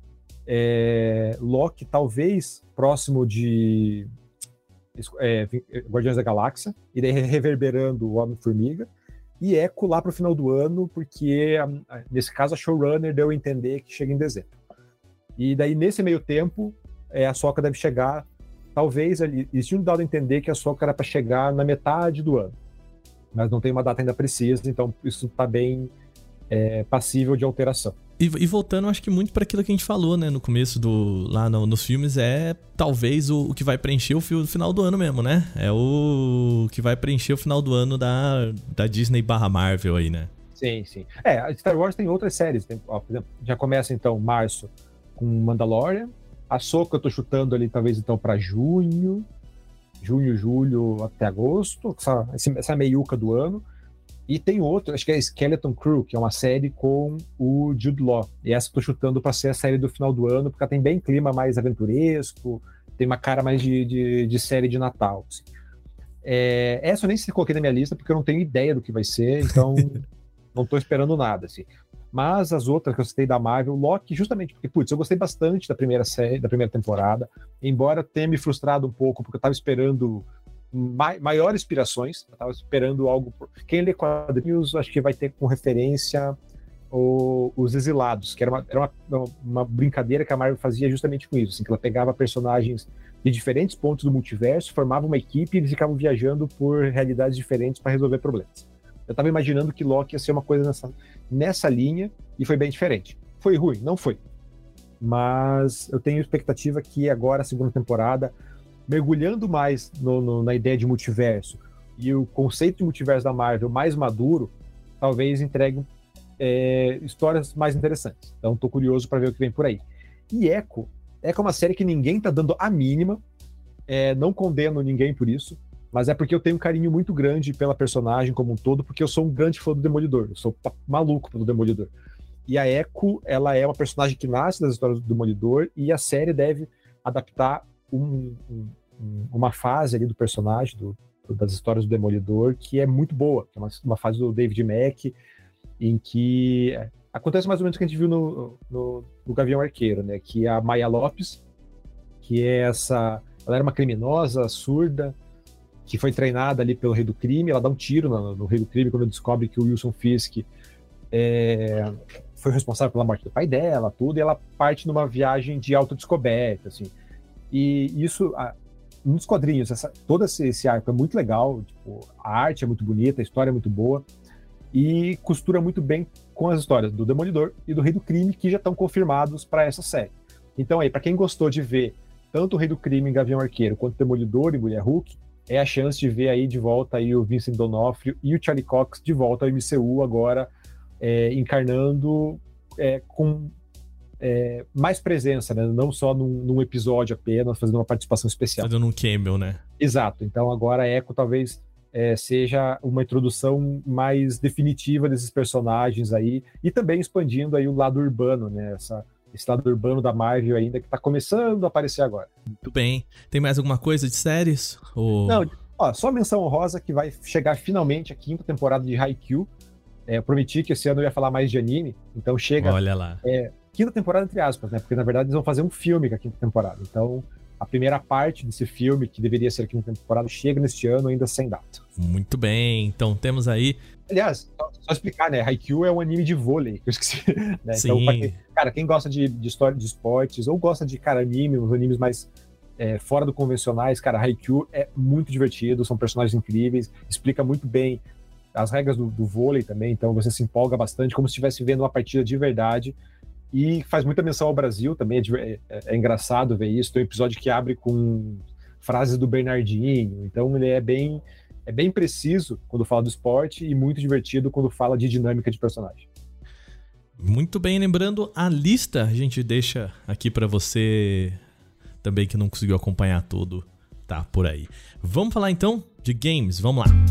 Loki talvez próximo de Guardiões da Galáxia, e daí reverberando o Homem-Formiga, e Echo lá pro final do ano, porque nesse caso a showrunner deu a entender que chega em dezembro. E daí nesse meio tempo a Ahsoka deve chegar, talvez eles tinham dado a entender que a Ahsoka era para chegar na metade do ano, mas não tem uma data ainda precisa, então isso tá bem passível de alteração. E voltando, acho que muito para aquilo que a gente falou, né, no começo lá nos filmes, talvez o que vai preencher o final do ano mesmo, né? É o que vai preencher o final do ano da Disney / Marvel aí, né? Sim. A Star Wars tem outras séries, por exemplo, já começa então março com Mandalorian, Ahsoka eu tô chutando ali talvez então para junho, julho até agosto, essa meiuca do ano. E tem outro, acho que é Skeleton Crew, que é uma série com o Jude Law. E essa eu tô chutando pra ser a série do final do ano, porque ela tem bem clima mais aventuresco, tem uma cara mais de série de Natal. Assim. Essa eu nem se coloquei na minha lista, porque eu não tenho ideia do que vai ser, então não tô esperando nada. Assim. Mas as outras que eu citei da Marvel, Loki, justamente porque, eu gostei bastante da primeira série, da primeira temporada, embora tenha me frustrado um pouco, porque eu tava esperando maiores inspirações, eu tava esperando algo... Quem lê quadrinhos, acho que vai ter como referência os Exilados, que era uma brincadeira que a Marvel fazia justamente com isso, assim, que ela pegava personagens de diferentes pontos do multiverso, formava uma equipe e eles ficavam viajando por realidades diferentes para resolver problemas. Eu tava imaginando que Loki ia ser uma coisa nessa linha, e foi bem diferente. Foi ruim? Não foi. Mas eu tenho expectativa que agora, a segunda temporada, mergulhando mais na ideia de multiverso e o conceito de multiverso da Marvel mais maduro, talvez entregue histórias mais interessantes. Então tô curioso para ver o que vem por aí. E Echo é uma série que ninguém tá dando a mínima, não condeno ninguém por isso, mas é porque eu tenho um carinho muito grande pela personagem como um todo, porque eu sou um grande fã do Demolidor, eu sou maluco pelo Demolidor. E a Echo, ela é uma personagem que nasce das histórias do Demolidor, e a série deve adaptar uma fase ali do personagem, das histórias do Demolidor, que é muito boa, que é uma fase do David Mack, em que acontece mais ou menos o que a gente viu no Gavião Arqueiro, né? Que a Maya Lopes, que ela era uma criminosa surda, que foi treinada ali pelo Rei do Crime, ela dá um tiro no Rei do Crime quando descobre que o Wilson Fisk foi responsável pela morte do pai dela, tudo, e ela parte numa viagem de autodescoberta, assim. E isso, nos quadrinhos, todo esse arco é muito legal, tipo, a arte é muito bonita, a história é muito boa, e costura muito bem com as histórias do Demolidor e do Rei do Crime, que já estão confirmados para essa série. Então aí, para quem gostou de ver tanto o Rei do Crime em Gavião Arqueiro, quanto o Demolidor e Mulher Hulk, é a chance de ver aí de volta aí o Vincent D'Onofrio e o Charlie Cox de volta ao MCU agora, encarnando com mais presença, né? Não só num episódio apenas, fazendo uma participação especial. Fazendo um cameo, né? Exato. Então agora a Echo talvez seja uma introdução mais definitiva desses personagens aí, e também expandindo aí o lado urbano, né? Esse lado urbano da Marvel ainda, que tá começando a aparecer agora. Muito bem. Tem mais alguma coisa de séries? Ou... Não, só menção honrosa que vai chegar finalmente a 5ª temporada de Haikyuu. Eu prometi que esse ano eu ia falar mais de anime, então chega... Olha lá. 5ª temporada entre aspas, né? Porque na verdade eles vão fazer um filme com a 5ª temporada. Então, a primeira parte desse filme, que deveria ser a 5ª temporada, chega neste ano ainda sem data. Muito bem, então temos aí... Aliás, só explicar, né? Haikyuu é um anime de vôlei, que eu esqueci. Né? Sim. Então, quem gosta de história de esportes, ou gosta de, anime, uns animes mais fora do convencionais, Haikyuu é muito divertido, são personagens incríveis, explica muito bem as regras do vôlei também, então você se empolga bastante, como se estivesse vendo uma partida de verdade. E faz muita menção ao Brasil também, é engraçado ver isso. Tem um episódio que abre com frases do Bernardinho, então ele é bem preciso quando fala do esporte e muito divertido quando fala de dinâmica de personagem. Muito bem, lembrando, a lista a gente deixa aqui pra você também que não conseguiu acompanhar tudo, tá por aí. Vamos falar então de games, vamos lá.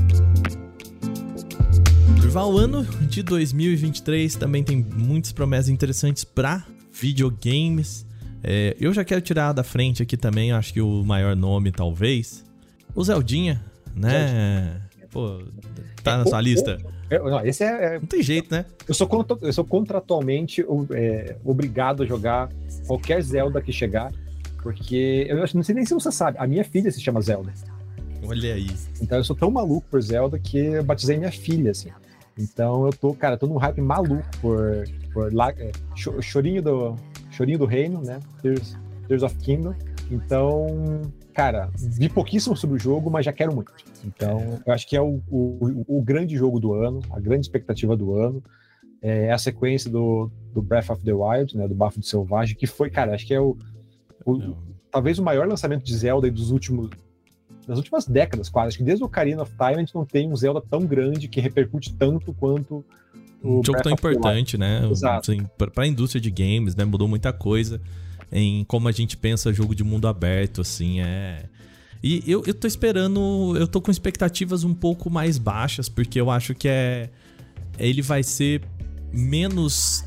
O ano de 2023 também tem muitas promessas interessantes para videogames. Eu já quero tirar da frente aqui também, acho que o maior nome talvez, o Zeldinha, né? Pô, tá na sua lista? Não, esse não tem jeito, né? Eu sou contratualmente obrigado a jogar qualquer Zelda que chegar, porque eu não sei nem se você sabe, a minha filha se chama Zelda. Olha aí. Então eu sou tão maluco por Zelda que eu batizei minha filha, assim. Então eu tô num hype maluco por Chorinho do Reino, né? Tears of Kingdom. Então, vi pouquíssimo sobre o jogo, mas já quero muito. Então, eu acho que é o grande jogo do ano, a grande expectativa do ano. É a sequência do Breath of the Wild, né? Do Bafo do Selvagem, que foi, acho que é talvez o maior lançamento de Zelda das últimas décadas, quase. Acho que desde o Ocarina of Time a gente não tem um Zelda tão grande que repercute tanto quanto um jogo tão importante, né? Exato. Assim, pra indústria de games, né? Mudou muita coisa em como a gente pensa jogo de mundo aberto, assim, E eu tô esperando, eu tô com expectativas um pouco mais baixas, porque eu acho que ele vai ser menos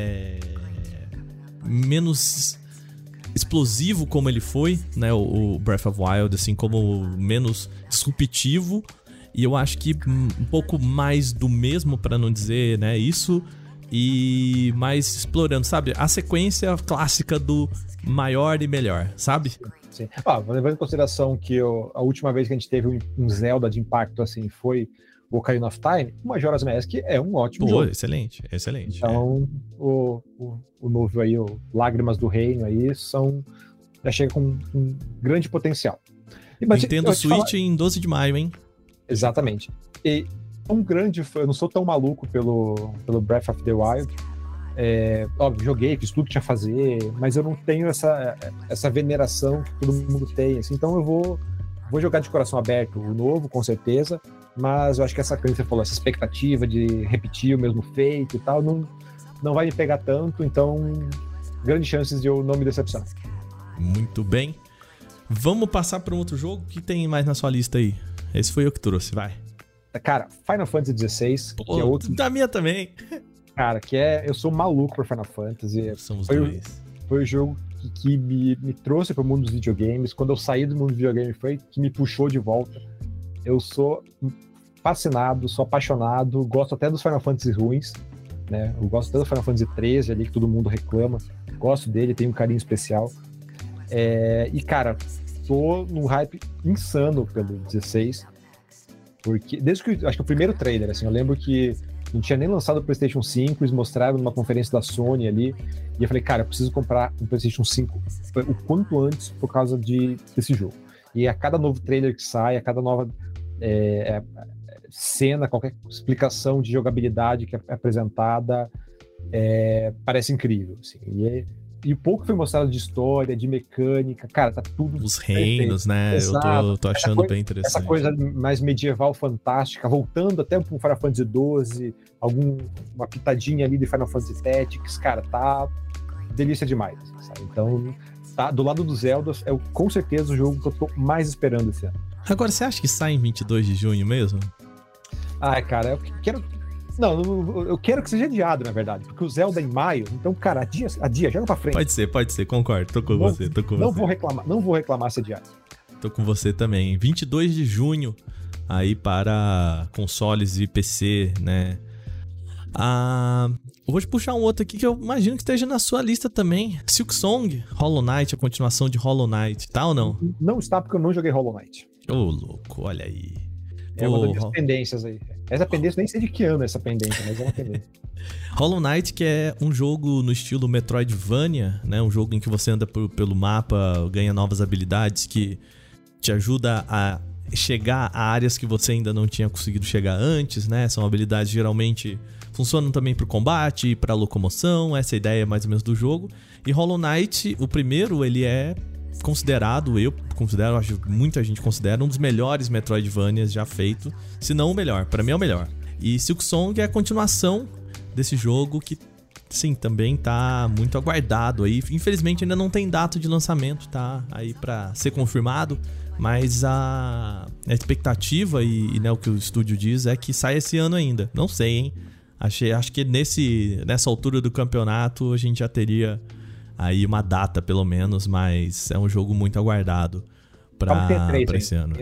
explosivo como ele foi, né, o Breath of the Wild, assim, como menos disruptivo, e eu acho que um pouco mais do mesmo, pra não dizer, né, isso, e mais explorando, sabe, a sequência clássica do maior e melhor, sabe? Sim. Levando em consideração que a última vez que a gente teve um Zelda de impacto, assim, foi o Ocarina of Time, o Majora's Mask é um ótimo jogo. Excelente. Então, o novo aí, o Lágrimas do Reino aí, já chega com um grande potencial. Nintendo Switch em 12 de maio, hein? Exatamente. E eu não sou tão maluco pelo Breath of the Wild. Óbvio, joguei, fiz tudo que tinha a fazer, mas eu não tenho essa veneração que todo mundo tem, assim, então eu vou jogar de coração aberto o novo, com certeza, mas eu acho que essa coisa que você falou, essa expectativa de repetir o mesmo feito e tal, não vai me pegar tanto, então grandes chances de eu não me decepcionar. Muito bem. Vamos passar para um outro jogo que tem mais na sua lista aí. Esse foi eu que trouxe, vai. Final Fantasy XVI, que é outro... Da minha também. Eu sou maluco por Final Fantasy. Somos dois. Foi o jogo que me trouxe para o mundo dos videogames. Quando eu saí do mundo dos videogames, foi que me puxou de volta. Eu sou fascinado, sou apaixonado, gosto até dos Final Fantasy ruins, né? Eu gosto até do Final Fantasy XIII ali, que todo mundo reclama. Gosto dele, tenho um carinho especial. Tô num hype insano pelo 16, porque desde que acho que o primeiro trailer, assim, eu lembro que não tinha nem lançado o PlayStation 5, eles mostraram numa conferência da Sony ali, e eu falei, eu preciso comprar um PlayStation 5 o quanto antes por causa desse jogo. E a cada novo trailer que sai, a cada nova cena, qualquer explicação de jogabilidade que é apresentada, parece incrível, assim. E o pouco que foi mostrado de história, de mecânica, tá tudo... Os reinos, né? Exato. Eu tô achando bem interessante. Essa coisa mais medieval, fantástica, voltando até pro Final Fantasy XII, uma pitadinha ali de Final Fantasy Tactics, tá delícia demais, sabe? Então, do lado do Zelda, é com certeza o jogo que eu tô mais esperando esse ano. Agora, você acha que sai em 22 de junho mesmo? Ai, cara, eu quero... Não, eu quero que seja adiado, na verdade, porque o Zelda é em maio, então, cara, adia, joga pra frente. Pode ser, concordo, tô com você. Não vou reclamar se adiar. Tô com você também. 22 de junho, aí para consoles e PC, né? Eu vou te puxar um outro aqui que eu imagino que esteja na sua lista também. Silksong, Hollow Knight, a continuação de Hollow Knight, tá ou não? Não está, porque eu não joguei Hollow Knight. Ô, louco, olha aí. É uma das minhas pendências aí. Essa pendência, nem sei de que ano é essa pendência, mas é uma pendência. Hollow Knight, que é um jogo no estilo Metroidvania, né? Um jogo em que você anda pelo mapa, ganha novas habilidades que te ajuda a chegar a áreas que você ainda não tinha conseguido chegar antes, né? São habilidades geralmente funcionam também para o combate e para locomoção, essa é a ideia mais ou menos do jogo. E Hollow Knight, o primeiro, ele é considerado, acho que muita gente considera um dos melhores Metroidvanias já feito, se não o melhor, para mim é o melhor. E Silksong é a continuação desse jogo que, sim, também tá muito aguardado aí. Infelizmente ainda não tem data de lançamento, tá aí para ser confirmado, mas a expectativa e né, o que o estúdio diz é que sai esse ano ainda. Não sei, hein? Acho que nessa altura do campeonato a gente já teria aí uma data, pelo menos, mas é um jogo muito aguardado pra esse ano.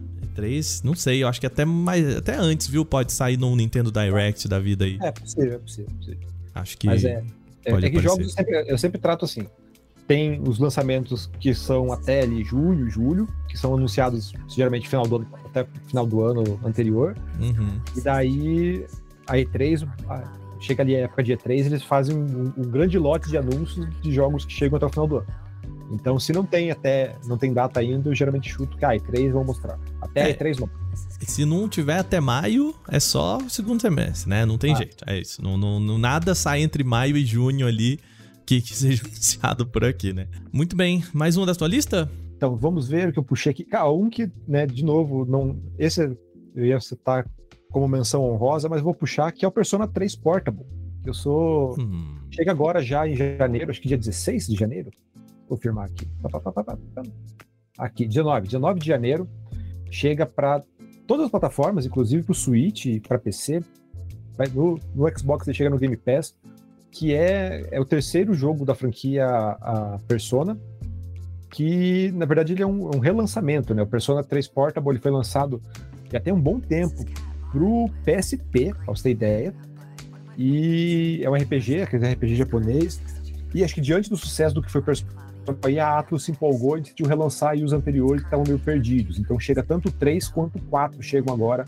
E3, não sei, eu acho que até antes, viu? Pode sair num Nintendo Direct da vida aí. É possível. Acho que mas pode que jogos eu sempre trato assim. Tem os lançamentos que são até ali julho, que são anunciados geralmente até final do ano anterior. Uhum. E daí a E3, chega ali a época de E3, eles fazem um grande lote de anúncios de jogos que chegam até o final do ano. Então, se não tem data ainda, eu geralmente chuto que a E3 vão mostrar. Até a E3 não. Se não tiver até maio, é só o segundo semestre, né? Não tem jeito, é isso. Não, nada sai entre maio e junho ali que seja anunciado por aqui, né? Muito bem, mais uma da sua lista? Então, vamos ver o que eu puxei aqui. Um que, né, de novo, esse eu ia citar como menção honrosa, mas vou puxar, que é o Persona 3 Portable. Eu sou... Chega agora já em janeiro, acho que dia 16 de janeiro. Vou confirmar aqui. Aqui, 19 de janeiro. Chega para todas as plataformas, inclusive para o Switch e para PC. No Xbox ele chega no Game Pass, que é o terceiro jogo da franquia a Persona, que na verdade ele é um relançamento, né? O Persona 3 Portable ele foi lançado já tem um bom tempo pro PSP, pra você ter ideia, e é um RPG, aquele RPG japonês, e acho que diante do sucesso do que foi Persona, aí a Atlus se empolgou e decidiu relançar aí os anteriores que estavam meio perdidos, então chega tanto o 3 quanto o 4 chegam agora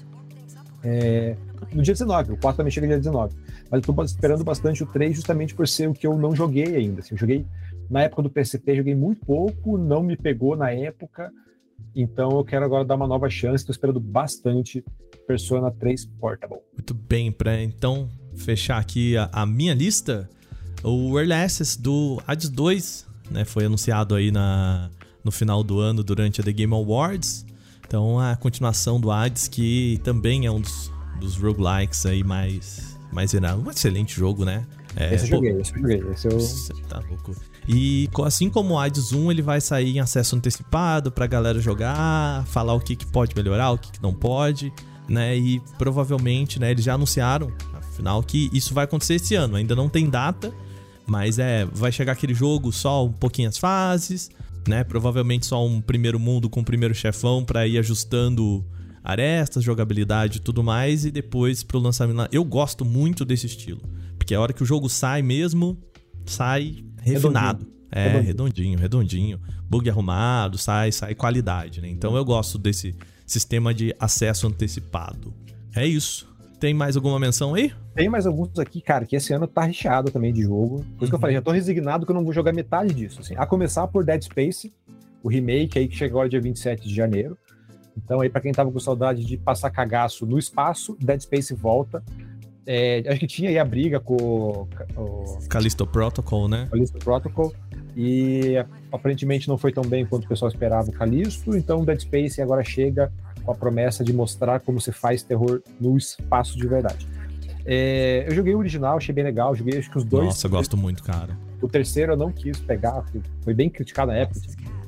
no dia 19, o 4 também chega no dia 19, mas eu tô esperando bastante o 3 justamente por ser o que eu não joguei ainda, assim, eu joguei na época do PSP, joguei muito pouco, não me pegou na época, então eu quero agora dar uma nova chance, tô esperando bastante Persona 3 Portable. Muito bem, para então fechar aqui a minha lista, o Early Access do Hades 2, né, foi anunciado aí no final do ano durante a The Game Awards, então a continuação do Hades, que também é um dos roguelikes aí mais irado, um excelente jogo, né? Esse eu joguei. Você tá louco. E assim como o Hades 1, ele vai sair em acesso antecipado pra galera jogar, falar o que pode melhorar, o que não pode, né? E provavelmente, né, eles já anunciaram, afinal, que isso vai acontecer esse ano. Ainda não tem data, mas vai chegar aquele jogo só um pouquinho as fases, né? Provavelmente só um primeiro mundo com o primeiro chefão pra ir ajustando arestas, jogabilidade e tudo mais, e depois pro lançamento. Eu gosto muito desse estilo, porque a hora que o jogo sai mesmo, sai refinado. Redondinho. Bug arrumado, sai qualidade, né? Então eu gosto desse sistema de acesso antecipado. É isso. Tem mais alguma menção aí? Tem mais alguns aqui, cara, que esse ano tá recheado também de jogo. Por isso que eu falei, já tô resignado que eu não vou jogar metade disso, assim. A começar por Dead Space, o remake aí que chega agora dia 27 de janeiro. Então aí pra quem tava com saudade de passar cagaço no espaço, Dead Space volta. Acho que tinha aí a briga com o Callisto Protocol, né? Callisto Protocol. E aparentemente não foi tão bem quanto o pessoal esperava o Callisto. Então Dead Space agora chega com a promessa de mostrar como se faz terror no espaço de verdade. Eu joguei o original, achei bem legal. Joguei acho que os dois. Nossa, eu gosto muito, cara. O terceiro eu não quis pegar, foi bem criticado na época.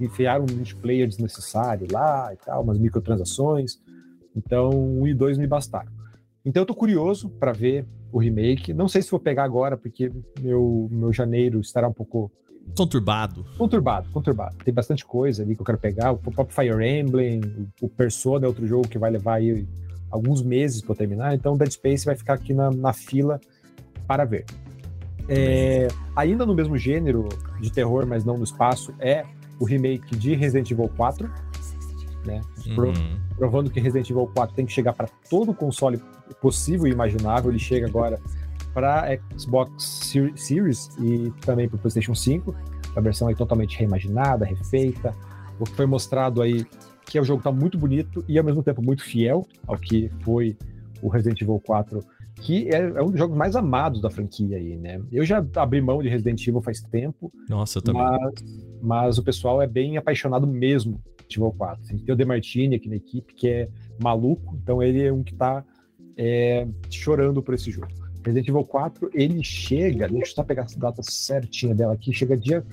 enfiaram um multiplayer desnecessário lá e tal, umas microtransações. Então, 1 e 2 me bastaram. Então eu tô curioso para ver o remake. Não sei se vou pegar agora, porque meu janeiro estará um pouco... Conturbado. Tem bastante coisa ali que eu quero pegar. O próprio Fire Emblem, o Persona é outro jogo que vai levar aí alguns meses para eu terminar. Então o Dead Space vai ficar aqui na fila para ver. Ainda no mesmo gênero de terror, mas não no espaço, é o remake de Resident Evil 4, né? Provando que Resident Evil 4 tem que chegar para todo o console possível e imaginável. Ele chega agora para Xbox Series e também para o PlayStation 5, a versão aí totalmente reimaginada, refeita. O que foi mostrado aí, que o jogo tá muito bonito e ao mesmo tempo muito fiel ao que foi o Resident Evil 4, que é um dos jogos mais amados da franquia aí, né? Eu já abri mão de Resident Evil faz tempo. Nossa, eu também. Mas o pessoal é bem apaixonado mesmo por Resident Evil 4. A gente tem o DeMartini aqui na equipe, que é maluco, então ele é um que tá chorando por esse jogo. Resident Evil 4, ele chega, deixa eu só pegar a data certinha dela aqui, chega dia...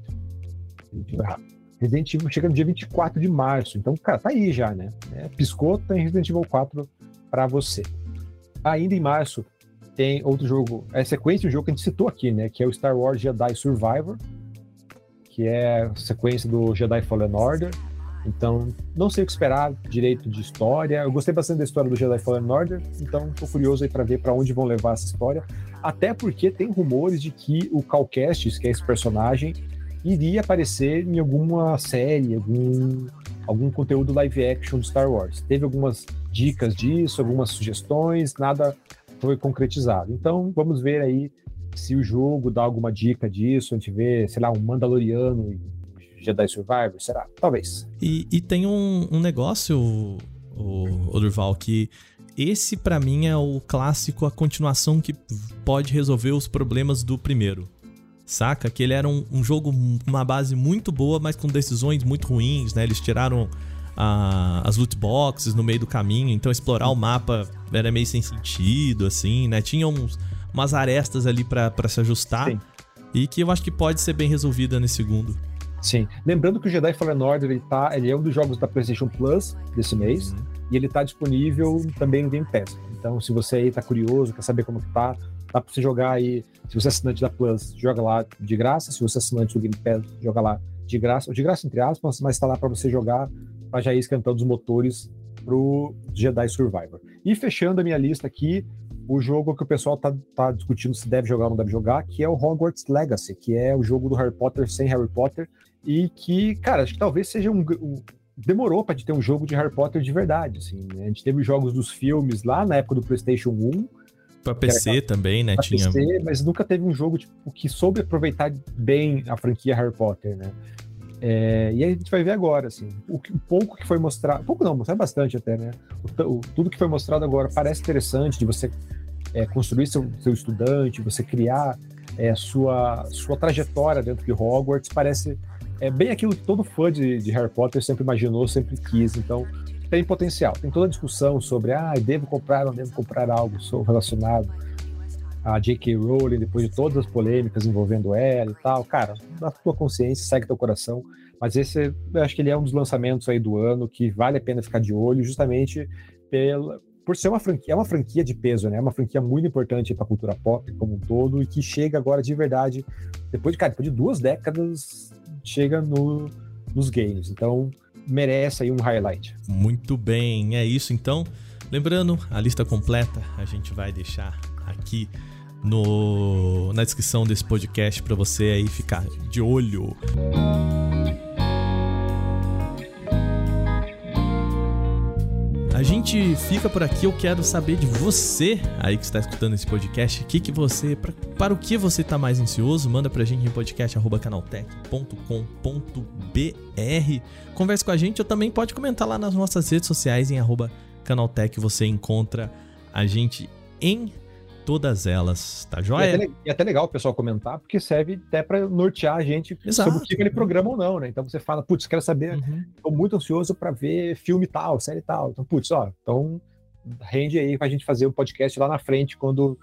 Resident Evil chega no dia 24 de março, então, cara, tá aí já, né? Piscou, tem Resident Evil 4 pra você. Ainda em março, tem outro jogo, sequência de um jogo que a gente citou aqui, né? Que é o Star Wars Jedi Survivor, que é a sequência do Jedi Fallen Order. Então, não sei o que esperar direito de história. Eu gostei bastante da história do Jedi Fallen Order, então tô curioso aí para ver para onde vão levar essa história. Até porque tem rumores de que o Cal Kestis, que é esse personagem, iria aparecer em alguma série, algum conteúdo live action de Star Wars. Teve algumas dicas disso, algumas sugestões, nada foi concretizado. Então, vamos ver aí se o jogo dá alguma dica disso. A gente vê, sei lá, um Mandaloriano Jedi Survivor, será? Talvez. E tem um negócio, o Durval, que esse pra mim é o clássico, a continuação que pode resolver os problemas do primeiro. Saca? Que ele era um jogo com uma base muito boa, mas com decisões muito ruins, né? Eles tiraram as loot boxes no meio do caminho, então explorar o mapa era meio sem sentido, assim, né? Tinha umas arestas ali pra se ajustar. Sim. E que eu acho que pode ser bem resolvida nesse segundo. Sim. Lembrando que o Jedi Fallen Order ele é um dos jogos da PlayStation Plus desse mês, e ele tá disponível também no Game Pass. Então, se você aí tá curioso, quer saber como que tá, dá pra você jogar aí. Se você é assinante da Plus, joga lá de graça. Se você é assinante do Game Pass, joga lá de graça. Ou de graça entre aspas, mas tá lá pra você jogar, pra já ir esquentando os motores pro Jedi Survivor. E fechando a minha lista aqui, o jogo que o pessoal tá discutindo se deve jogar ou não deve jogar, que é o Hogwarts Legacy, que é o jogo do Harry Potter sem Harry Potter, e que, cara, acho que talvez seja demorou pra gente ter um jogo de Harry Potter de verdade, assim, né? A gente teve os jogos dos filmes lá na época do PlayStation 1, pra PC também, né? Tinha PC, mas nunca teve um jogo tipo, que soube aproveitar bem a franquia Harry Potter, né? E aí a gente vai ver agora, assim, o pouco que foi mostrado, pouco não, mostrar bastante até, né? Tudo que foi mostrado agora parece interessante, de você construir seu estudante, você criar sua trajetória dentro de Hogwarts, parece bem aquilo que todo fã de Harry Potter sempre imaginou, sempre quis. Então tem potencial, tem toda a discussão sobre devo comprar ou não devo comprar algo relacionado a J.K. Rowling, depois de todas as polêmicas envolvendo ela e tal. Cara, dá tua consciência, segue teu coração, mas esse, eu acho que ele é um dos lançamentos aí do ano que vale a pena ficar de olho, justamente por ser uma franquia de peso, né? É uma franquia muito importante para a cultura pop como um todo, e que chega agora de verdade, depois de 2 décadas, chega nos games. Então, merece aí um highlight. Muito bem, é isso então. Lembrando, a lista completa a gente vai deixar aqui na descrição desse podcast para você aí ficar de olho. A gente fica por aqui. Eu quero saber de você aí que está escutando esse podcast, para o que você está mais ansioso. Manda pra gente em podcast@canaltech.com.br. Converse com a gente, ou também pode comentar lá nas nossas redes sociais em @canaltech. Você encontra a gente em todas elas, tá joia? E é até legal o pessoal comentar, porque serve até para nortear a gente sobre o que aquele programa ou não, né? Então você fala, putz, quero saber, tô muito ansioso para ver filme tal, série tal. Então, putz, então rende aí pra gente fazer o podcast lá na frente quando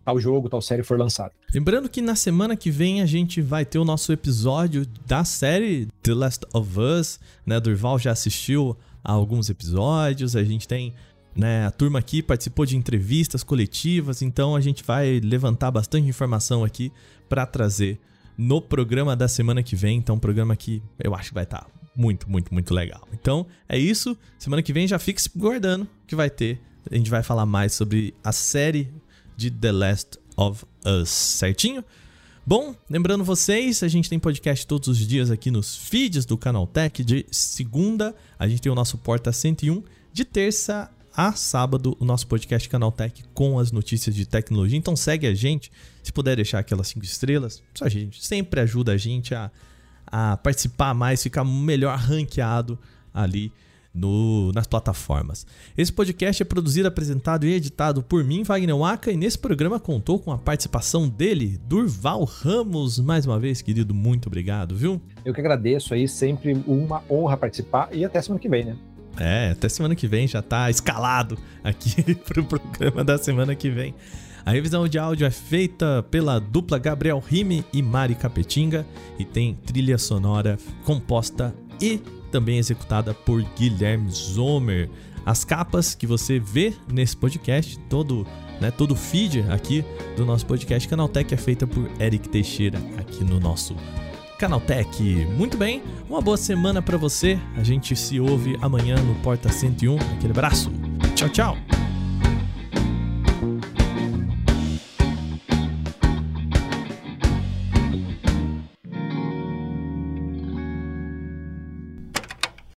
tal jogo, tal série for lançado. Lembrando que na semana que vem a gente vai ter o nosso episódio da série The Last of Us, né? Durval já assistiu a alguns episódios, a gente tem, né, a turma aqui participou de entrevistas coletivas, então a gente vai levantar bastante informação aqui para trazer no programa da semana que vem. Então, um programa que eu acho que vai estar muito, muito, muito legal. Então, é isso. Semana que vem já fique se guardando que vai ter. A gente vai falar mais sobre a série de The Last of Us, certinho? Bom, lembrando vocês, a gente tem podcast todos os dias aqui nos feeds do Canaltech. De segunda, a gente tem o nosso Porta 101. De terça a sábado, o nosso podcast Canaltech com as notícias de tecnologia. Então segue a gente, se puder deixar aquelas 5 estrelas, só a gente sempre ajuda a gente a participar mais, ficar melhor ranqueado ali nas plataformas. Esse podcast é produzido, apresentado e editado por mim, Wagner Waka, e nesse programa contou com a participação dele, Durval Ramos. Mais uma vez, querido, muito obrigado, viu? Eu que agradeço aí, sempre uma honra participar, e até semana que vem, né? Até semana que vem já tá escalado aqui pro programa da semana que vem. A revisão de áudio é feita pela dupla Gabriel Rime e Mari Capetinga e tem trilha sonora composta e também executada por Guilherme Zomer. As capas que você vê nesse podcast, todo o feed aqui do nosso podcast Canaltech é feita por Eric Teixeira aqui no nosso Canaltech. Muito bem, uma boa semana pra você. A gente se ouve amanhã no Porta 101. Aquele abraço. Tchau, tchau.